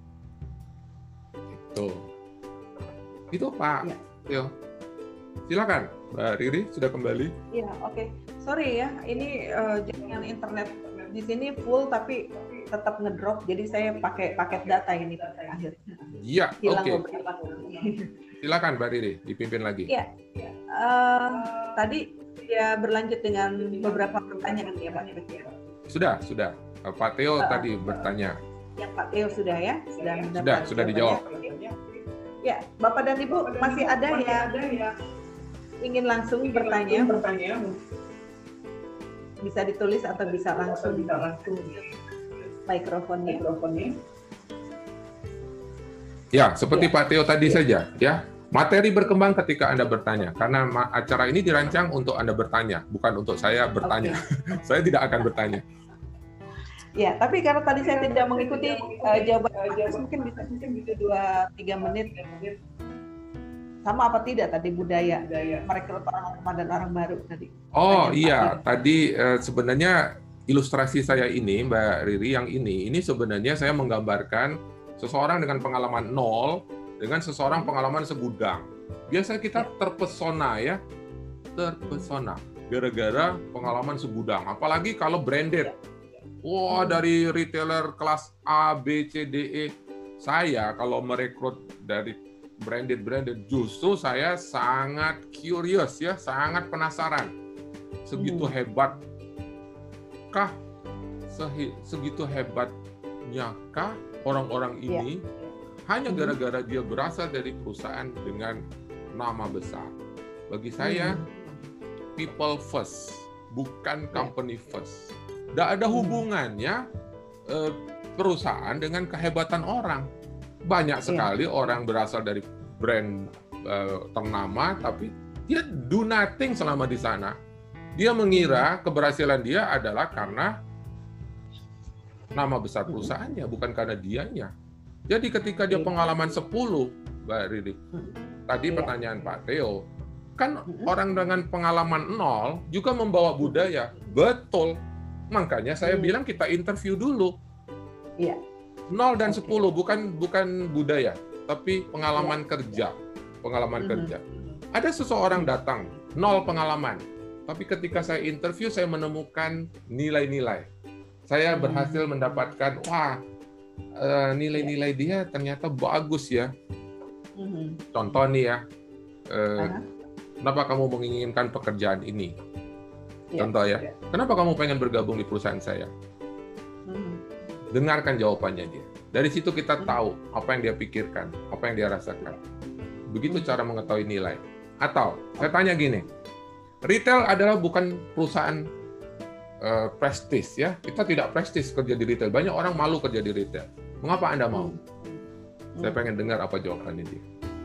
Itu. Itu Pak. Ya. Yo. Silakan, Mbak Riri sudah kembali. Iya, oke. Sorry ya, ini uh, jaringan internet di sini full tapi tetap ngedrop, jadi saya pakai paket data ini akhirnya. Iya, oke. Hilang Okay. beberapa. Silakan Mbak Riri, dipimpin lagi. Iya. Uh, tadi ya berlanjut dengan beberapa pertanyaan ya Pak. Sudah, sudah. Pak Theo Uh, tadi bertanya. Yang Pak Theo sudah ya, sudah mendapat Sudah, sudah dijawab. Ya, Bapak dan Ibu masih ada yang ingin langsung bertanya? Bisa ditulis atau bisa langsung mikrofonnya. Ya, seperti Ya. Pak Theo tadi saja, ya. Materi berkembang ketika Anda bertanya, karena acara ini dirancang untuk Anda bertanya, bukan untuk saya bertanya. Oke. Saya tidak akan bertanya. Ya, tapi karena tadi saya tidak mengikuti uh, jawaban, uh, mungkin bisa mungkin bisa dua tiga menit. Sama apa tidak tadi budaya merekrut orang lama dan orang baru tadi? Oh Pertanyaan iya, Pak. tadi eh, sebenarnya ilustrasi saya ini, Mbak Riri, yang ini, ini sebenarnya saya menggambarkan seseorang dengan pengalaman nol dengan seseorang pengalaman segudang. Biasa kita terpesona ya, terpesona gara-gara pengalaman segudang. Apalagi kalau branded. Wah, dari retailer kelas A, B, C, D, E. Saya kalau merekrut dari branded-branded, justru saya sangat curious ya, sangat penasaran. Segitu hebat kah? Sehi, segitu hebatnya kah orang-orang ini hanya gara-gara dia berasal dari perusahaan dengan nama besar? Bagi saya, people first, bukan company first. Tidak ada hubungannya eh, perusahaan dengan kehebatan orang. Banyak sekali orang berasal dari brand eh, ternama, tapi dia do nothing selama di sana. Dia mengira keberhasilan dia adalah karena nama besar perusahaannya, bukan karena dianya. Jadi ketika dia pengalaman sepuluh, Mbak Riri, tadi pertanyaan Pak Theo, kan orang dengan pengalaman nol juga membawa budaya. Betul. Makanya saya bilang kita interview dulu. Iya. nol dan sepuluh bukan bukan budaya, tapi pengalaman kerja. Pengalaman kerja. Ada seseorang datang, nol pengalaman. Tapi ketika saya interview, saya menemukan nilai-nilai. Saya berhasil mendapatkan, wah, nilai-nilai dia ternyata bagus ya. Contoh nih ya, eh, kenapa kamu menginginkan pekerjaan ini? Contoh ya, kenapa kamu pengen bergabung di perusahaan saya? Dengarkan jawabannya dia. Dari situ kita tahu apa yang dia pikirkan, apa yang dia rasakan. Begitu cara mengetahui nilai. Atau, saya tanya gini, retail adalah bukan perusahaan uh, prestis ya. Kita tidak prestis kerja di retail. Banyak orang malu kerja di retail. Mengapa Anda mau? Saya pengen dengar apa jawabannya dia.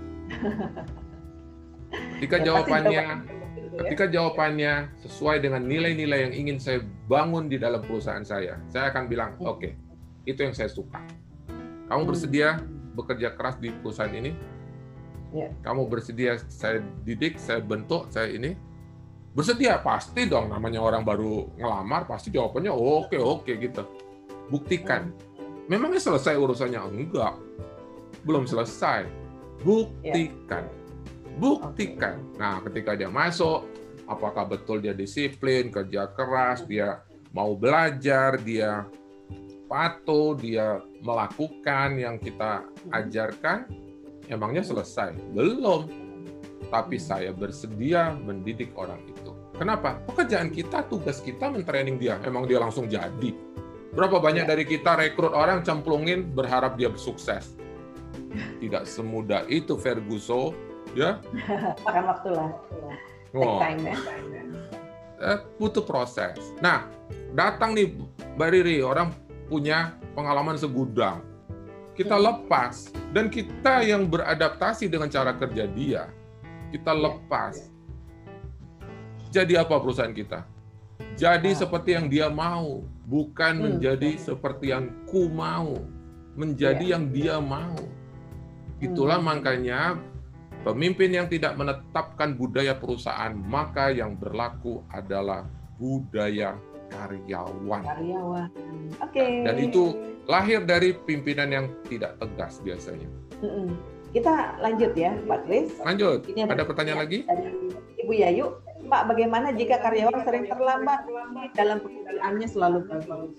Ketika jawabannya Ketika jawabannya sesuai dengan nilai-nilai yang ingin saya bangun di dalam perusahaan saya, saya akan bilang, oke, okay, itu yang saya suka. Kamu bersedia bekerja keras di perusahaan ini? Kamu bersedia saya didik, saya bentuk, saya ini? Bersedia? Pasti dong, namanya orang baru ngelamar, pasti jawabannya oke, okay, oke, okay, gitu. Buktikan. Memangnya selesai urusannya? Enggak. Belum selesai. Buktikan. Buktikan. Nah, ketika dia masuk, apakah betul dia disiplin, kerja keras, dia mau belajar, dia patuh, dia melakukan yang kita ajarkan, emangnya selesai? Belum. Tapi saya bersedia mendidik orang itu. Kenapa? Pekerjaan kita, tugas kita mentraining dia. Emang dia langsung jadi? Berapa banyak dari kita rekrut orang, cemplungin, berharap dia sukses. Tidak semudah itu, Ferguson, ya. Makan waktu lah. Take Oh, time ya. eh, butuh proses. Nah, datang nih Mbak Riri, orang punya pengalaman segudang. Kita lepas, dan kita yang beradaptasi dengan cara kerja dia, kita lepas. Jadi apa perusahaan kita? Jadi seperti yang dia mau, bukan Hmm. menjadi seperti yang ku mau, menjadi Ya. yang dia mau. Itulah makanya pemimpin yang tidak menetapkan budaya perusahaan, maka yang berlaku adalah budaya karyawan. Karyawan. Oke. Dan itu lahir dari pimpinan yang tidak tegas biasanya. Mm-mm. Kita lanjut ya, Pak Kris. Lanjut, Ini ada pertanyaan lagi? Dari Ibu Yayu, Pak, bagaimana jika karyawan sering terlambat dalam pekerjaannya selalu bagus?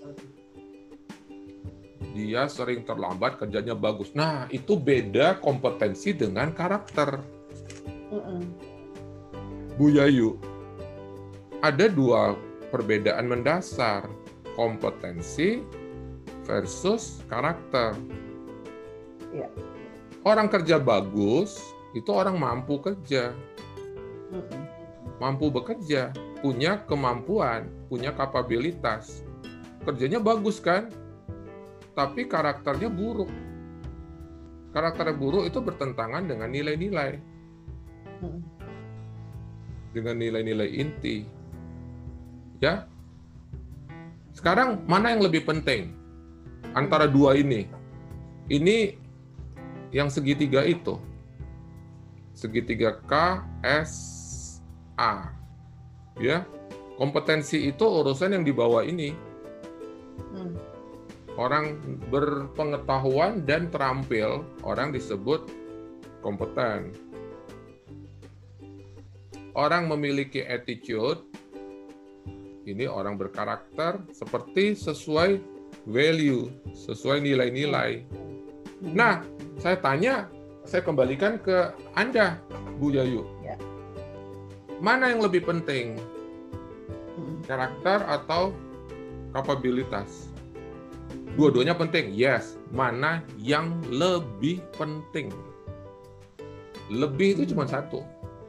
Dia sering terlambat, kerjanya bagus. Nah, itu beda kompetensi dengan karakter. Mm-mm. Bu Yayu, ada dua perbedaan mendasar, kompetensi versus karakter. Iya. Orang kerja bagus, itu orang mampu kerja, Mm-mm. mampu bekerja, punya kemampuan, punya kapabilitas. Kerjanya bagus kan? Tapi karakternya buruk. Karakternya buruk itu bertentangan dengan nilai-nilai, Mm-mm. dengan nilai-nilai inti. Ya. Sekarang mana yang lebih penting antara dua ini? Ini yang segitiga itu. Segitiga K S A. Ya. Kompetensi itu urusan yang di bawah ini. Mm. Orang berpengetahuan dan terampil, orang disebut kompeten. Orang memiliki attitude, ini orang berkarakter seperti sesuai value, sesuai nilai-nilai. Nah, saya tanya, saya kembalikan ke Anda, Bu Yayu. Ya. Mana yang lebih penting, Mm-mm. karakter atau kapabilitas? Dua-duanya penting, yes. Mana yang lebih penting? Lebih itu cuma satu.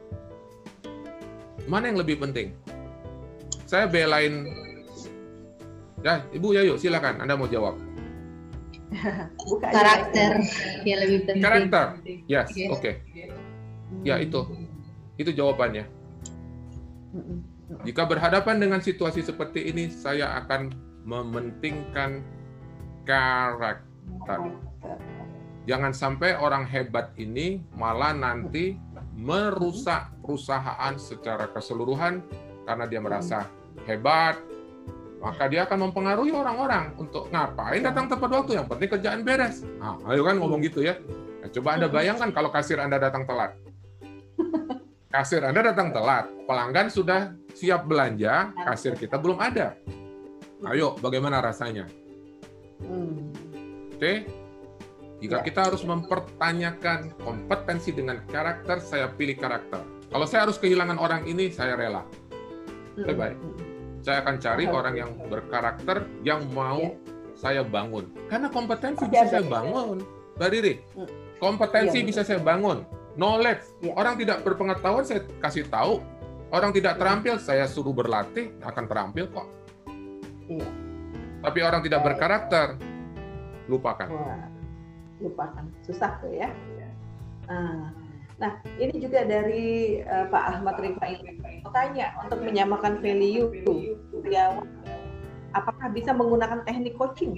Mana yang lebih penting? Saya belain, ya Ibu Yayu silakan, Anda mau jawab. Buka aja. Karakter yang lebih penting. Karakter, yes, Yes. oke. Ya itu, itu jawabannya. Mm-mm. Jika berhadapan dengan situasi seperti ini, saya akan mementingkan karakter. Jangan sampai orang hebat ini malah nanti merusak perusahaan secara keseluruhan karena dia merasa hebat, maka dia akan mempengaruhi orang-orang untuk ngapain datang tepat waktu, yang penting kerjaan beres. Nah, ayo kan ngomong gitu ya. Nah, coba Anda bayangkan kalau kasir Anda datang telat. Kasir Anda datang telat, pelanggan sudah siap belanja, kasir kita belum ada. Ayo, bagaimana rasanya? Mm. Oke? Jika Ya. kita harus mempertanyakan kompetensi dengan karakter, saya pilih karakter. Kalau saya harus kehilangan orang ini, saya rela. Bye-bye. Saya akan cari Oke. orang yang berkarakter, yang mau Ya. saya bangun. Karena kompetensi Pasti bisa ada. saya bangun. Mbak Riri, Hmm. kompetensi Iya, bisa saya bangun. Knowledge, Ya. orang tidak berpengetahuan saya kasih tahu. Orang tidak terampil, saya suruh berlatih, akan terampil kok. Iya. Tapi orang tidak berkarakter, lupakan. Wah, lupakan. Susah tuh ya. Ah. Nah, ini juga dari eh, Pak Ahmad Rifai. Mau tanya, untuk menyamakan value karyawan, apakah bisa menggunakan teknik coaching?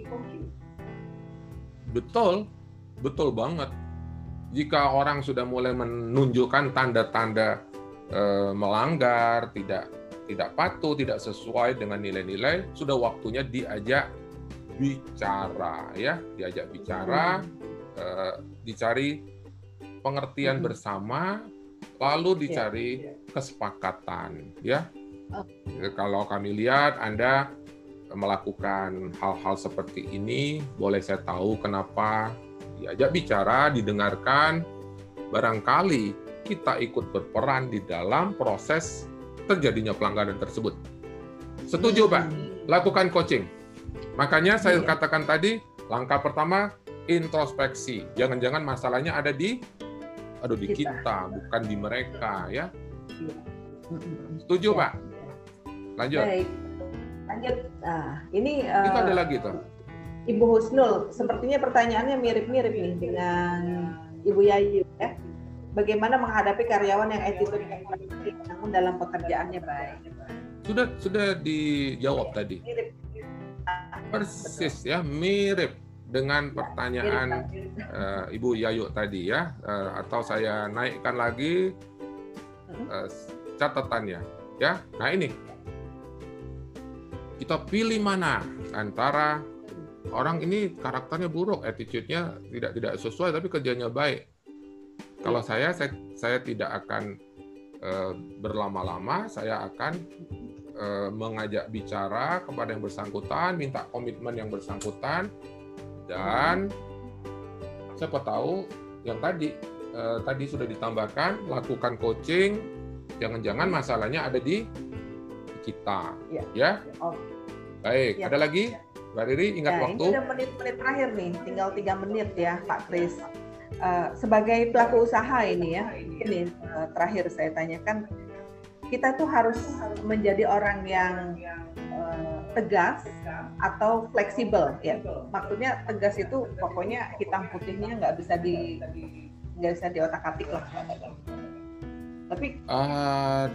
Betul, betul banget. Jika orang sudah mulai menunjukkan tanda-tanda eh, melanggar, tidak tidak patuh, tidak sesuai dengan nilai-nilai, sudah waktunya diajak bicara, ya, diajak bicara, eh, dicari pengertian Mhm. bersama, lalu dicari kesepakatan, ya. Eh, Kalau kami lihat Anda melakukan hal-hal seperti ini, boleh saya tahu kenapa? Diajak bicara, didengarkan, barangkali kita ikut berperan di dalam proses terjadinya pelanggaran tersebut. Setuju, Pak? Lakukan coaching. Makanya saya Iya. katakan tadi, langkah pertama introspeksi. Jangan-jangan masalahnya ada di aduh di Kita. kita, bukan di mereka ya. Mm-mm. Setuju, Ya. Pak? Lanjut. Baik, lanjut. Nah, ini Itu eh, ada lagi tuh. Ibu Husnul, sepertinya pertanyaannya mirip-mirip nih dengan Ibu Yayu ya. Bagaimana menghadapi karyawan yang attitude namun dalam pekerjaannya baik? Sudah sudah dijawab tadi. Mirip. Persis ya, mirip dengan pertanyaan uh, Ibu Yayu tadi ya. Uh, atau saya naikkan lagi uh, catatannya ya. Nah ini kita pilih mana antara orang ini karakternya buruk, attitude-nya tidak tidak sesuai tapi kerjanya baik. Kalau saya saya, saya tidak akan uh, berlama-lama, saya akan uh, mengajak bicara kepada yang bersangkutan, minta komitmen yang bersangkutan, dan siapa tahu yang tadi uh, tadi sudah ditambahkan, lakukan coaching. Jangan-jangan masalahnya ada di kita, ya. ya. Oh. Baik, Ya. ada lagi, Mbak Riri, ingat Nah, waktu. ini udah menit-menit terakhir nih, tinggal tiga menit ya, Pak Kris. Uh, sebagai pelaku usaha ini ya, ini uh, terakhir saya tanyakan, kita tuh harus menjadi orang yang uh, tegas atau fleksibel ya. Maksudnya tegas itu pokoknya hitam putihnya nggak bisa di nggak bisa diotak-atik lah. Tapi Uh,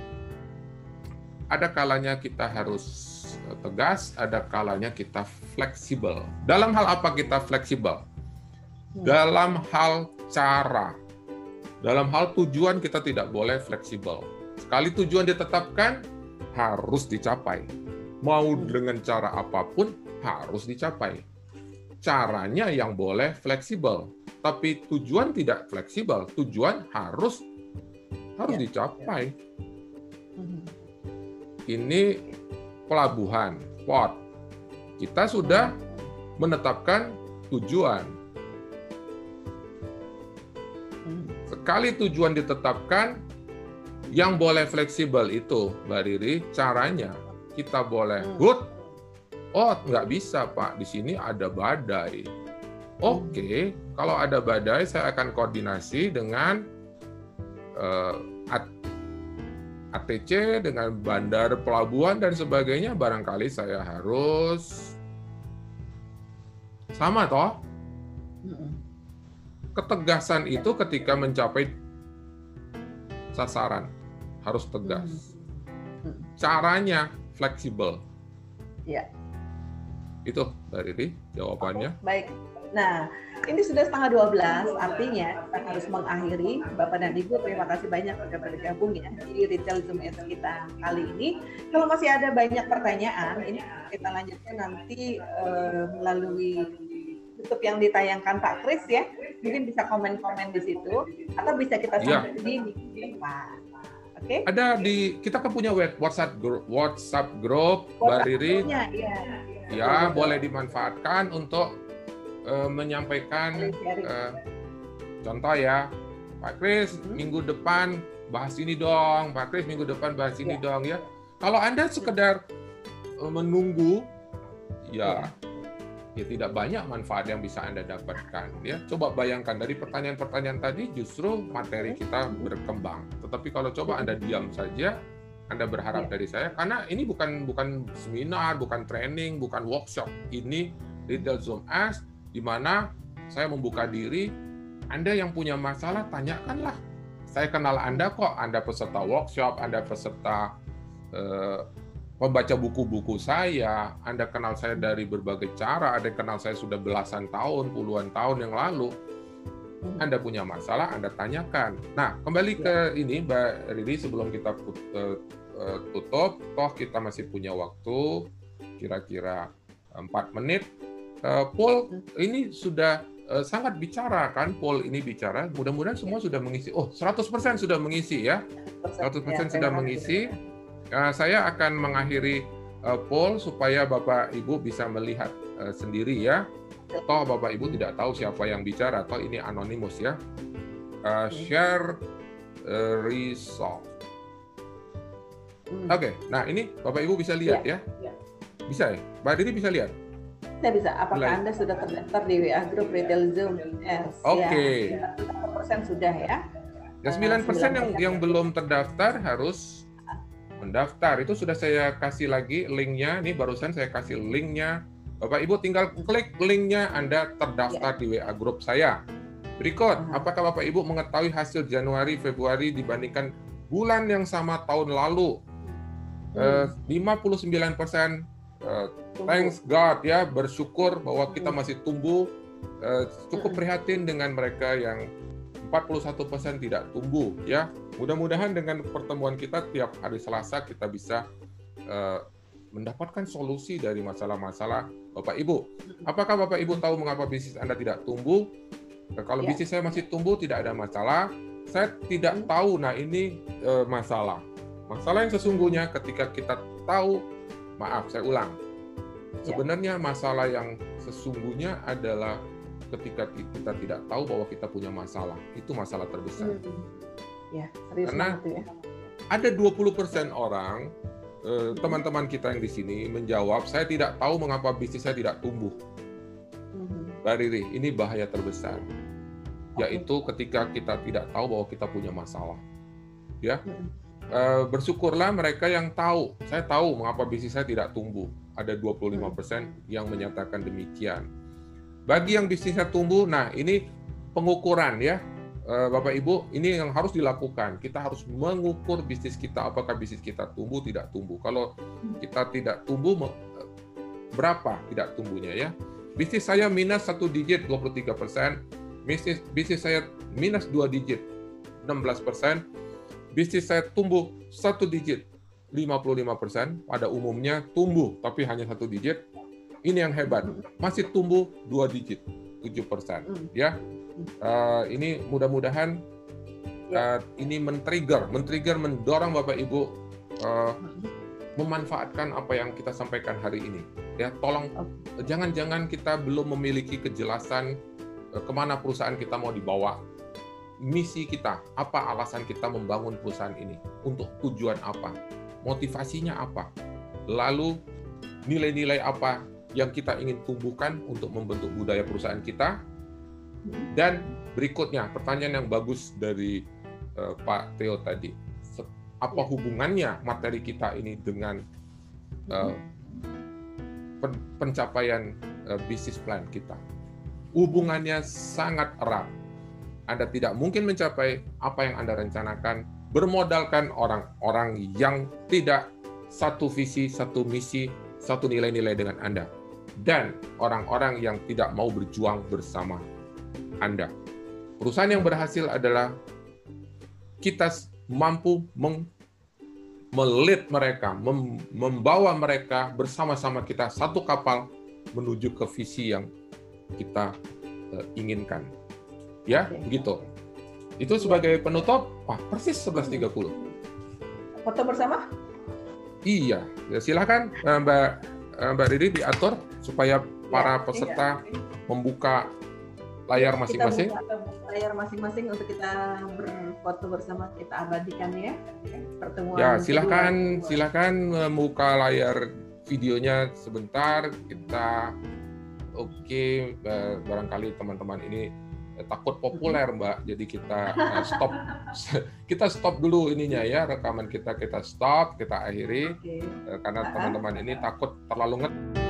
ada kalanya kita harus tegas, ada kalanya kita fleksibel. Dalam hal apa kita fleksibel? Dalam hal cara, dalam hal tujuan kita tidak boleh fleksibel. Sekali tujuan ditetapkan, harus dicapai. Mau dengan cara apapun, harus dicapai. Caranya yang boleh fleksibel, tapi tujuan tidak fleksibel. Tujuan harus harus Ya. dicapai. Ini pelabuhan, port. Kita sudah menetapkan tujuan. Sekali tujuan ditetapkan, yang boleh fleksibel itu, Mbak Riri, caranya kita boleh good. Oh, nggak bisa, Pak. Di sini ada badai. Oke, kalau ada badai, saya akan koordinasi dengan uh, A T C, dengan bandar pelabuhan dan sebagainya. Barangkali saya harus sama toh. Ketegasan itu ketika mencapai sasaran harus tegas. Caranya fleksibel. ya. Itu Mbak Riri jawabannya. Baik. Nah, ini sudah setengah dua belas, artinya kita harus mengakhiri. Bapak dan Ibu, terima kasih banyak sudah bergabung ya di Retail Zoom Ads kita kali ini. Kalau masih ada banyak pertanyaan, ini kita lanjutkan nanti uh, melalui YouTube yang ditayangkan Pak Kris ya. Mungkin bisa komen-komen di situ, atau bisa kita Ya. sambung di minggu depan. Oke? Ada di kita kan punya web WhatsApp group, WhatsApp group Mbak Riri. WhatsApp-nya, ya. Ya, boleh dimanfaatkan untuk uh, menyampaikan uh, contoh ya, Pak Kris minggu depan bahas ini dong, Pak Kris minggu depan bahas ini Ya. dong ya. Kalau Anda sekedar uh, menunggu, ya, ya tidak banyak manfaat yang bisa Anda dapatkan. Ya, coba bayangkan dari pertanyaan-pertanyaan tadi justru materi kita berkembang. Tetapi kalau coba Anda diam saja, Anda berharap Ya. dari saya, karena ini bukan bukan seminar, bukan training, bukan workshop. Ini Retail Zoom Ads, di mana saya membuka diri. Anda yang punya masalah, tanyakanlah. Saya kenal Anda kok. Anda peserta workshop, Anda peserta eh, pembaca buku-buku saya. Anda kenal saya dari berbagai cara. Anda kenal saya sudah belasan tahun, puluhan tahun yang lalu. Anda punya masalah, Anda tanyakan. Nah, kembali ke ini, Mbak Riri, sebelum kita tutup, toh kita masih punya waktu kira-kira empat menit. Paul ini sudah sangat bicara kan, Paul ini bicara. Mudah-mudahan semua sudah mengisi. Oh, seratus persen sudah mengisi ya. seratus persen sudah mengisi. Saya akan mengakhiri poll supaya Bapak Ibu bisa melihat sendiri ya. Toh Bapak Ibu tidak tahu siapa yang bicara, toh ini anonimus ya. Uh, share uh, result. Oke, okay. Nah ini Bapak Ibu bisa lihat ya. ya. Bisa ya? Mbak Diri bisa lihat? Saya bisa. Apakah Mulai. Anda sudah terdaftar di W A Group Retail Zoom? Yes. Oke. Ya. sembilan puluh persen sudah ya. Ya, sembilan persen yang yang belum terdaftar harus mendaftar. Itu sudah saya kasih lagi linknya. Nih barusan saya kasih linknya. Bapak Ibu tinggal klik linknya, Anda terdaftar ya. Di W A Group saya. Berikut, apakah Bapak Ibu mengetahui hasil Januari, Februari dibandingkan bulan yang sama tahun lalu? Hmm. Uh, lima puluh sembilan persen uh, thanks God ya, bersyukur bahwa kita masih tumbuh. Uh, cukup prihatin dengan mereka yang empat puluh satu persen tidak tumbuh ya. Mudah-mudahan dengan pertemuan kita tiap hari Selasa kita bisa uh, mendapatkan solusi dari masalah-masalah Bapak Ibu. Apakah Bapak Ibu tahu mengapa bisnis Anda tidak tumbuh? Nah, kalau ya. Bisnis saya masih tumbuh tidak ada masalah. Saya tidak tahu. Nah ini uh, masalah. Masalah yang sesungguhnya ketika kita tahu, maaf saya ulang. Sebenarnya masalah yang sesungguhnya adalah ketika kita tidak tahu bahwa kita punya masalah. Itu masalah terbesar. Ya, serius karena ya. Ada dua puluh persen orang, teman-teman kita yang di sini menjawab, saya tidak tahu mengapa bisnis saya tidak tumbuh. Mbak Riri, ini bahaya terbesar. Yaitu ketika kita tidak tahu bahwa kita punya masalah. Ya. Uh, bersyukurlah mereka yang tahu. Saya tahu mengapa bisnis saya tidak tumbuh. Ada dua puluh lima persen yang menyatakan demikian. Bagi yang bisnisnya tumbuh, nah ini pengukuran ya. Uh, Bapak Ibu, ini yang harus dilakukan. Kita harus mengukur bisnis kita, apakah bisnis kita tumbuh, tidak tumbuh. Kalau kita tidak tumbuh, berapa tidak tumbuhnya ya. Bisnis saya minus satu digit, dua puluh tiga persen. Bisnis, bisnis saya minus dua digit, enam belas persen. Bisnis saya tumbuh satu digit, lima puluh lima persen. Pada umumnya tumbuh, tapi hanya satu digit. Ini yang hebat, masih tumbuh dua digit, tujuh persen. Ya, uh, ini mudah-mudahan uh, ini men-trigger, men-trigger, mendorong Bapak Ibu uh, memanfaatkan apa yang kita sampaikan hari ini. Ya, tolong jangan-jangan kita belum memiliki kejelasan uh, kemana perusahaan kita mau dibawa. Misi kita, apa alasan kita membangun perusahaan ini, untuk tujuan apa, motivasinya apa, lalu nilai-nilai apa yang kita ingin tumbuhkan untuk membentuk budaya perusahaan kita. Dan berikutnya, pertanyaan yang bagus dari uh, Pak Theo tadi, apa hubungannya materi kita ini dengan uh, pencapaian uh, bisnis plan kita? Hubungannya sangat erat. Anda tidak mungkin mencapai apa yang Anda rencanakan bermodalkan orang-orang yang tidak satu visi, satu misi, satu nilai-nilai dengan Anda. Dan orang-orang yang tidak mau berjuang bersama Anda. Perusahaan yang berhasil adalah kita mampu melead mereka, mem membawa mereka bersama-sama kita satu kapal menuju ke visi yang kita uh, inginkan. Ya, oke, begitu. Itu sebagai penutup, wah persis sebelas tiga puluh. Foto bersama? Iya, ya, silakan Mbak Mbak Riri diatur supaya para peserta iya, membuka layar masing-masing. Kita buka layar masing-masing untuk kita berfoto bersama, kita abadikan ya. Pertemuan. Ya, silakan kedua. Silakan membuka layar videonya sebentar. Kita oke, barangkali teman-teman ini takut populer Mbak, jadi kita uh, stop kita stop dulu ininya ya, rekaman kita kita stop, kita akhiri, okay. uh, karena teman-teman ini takut terlalu nget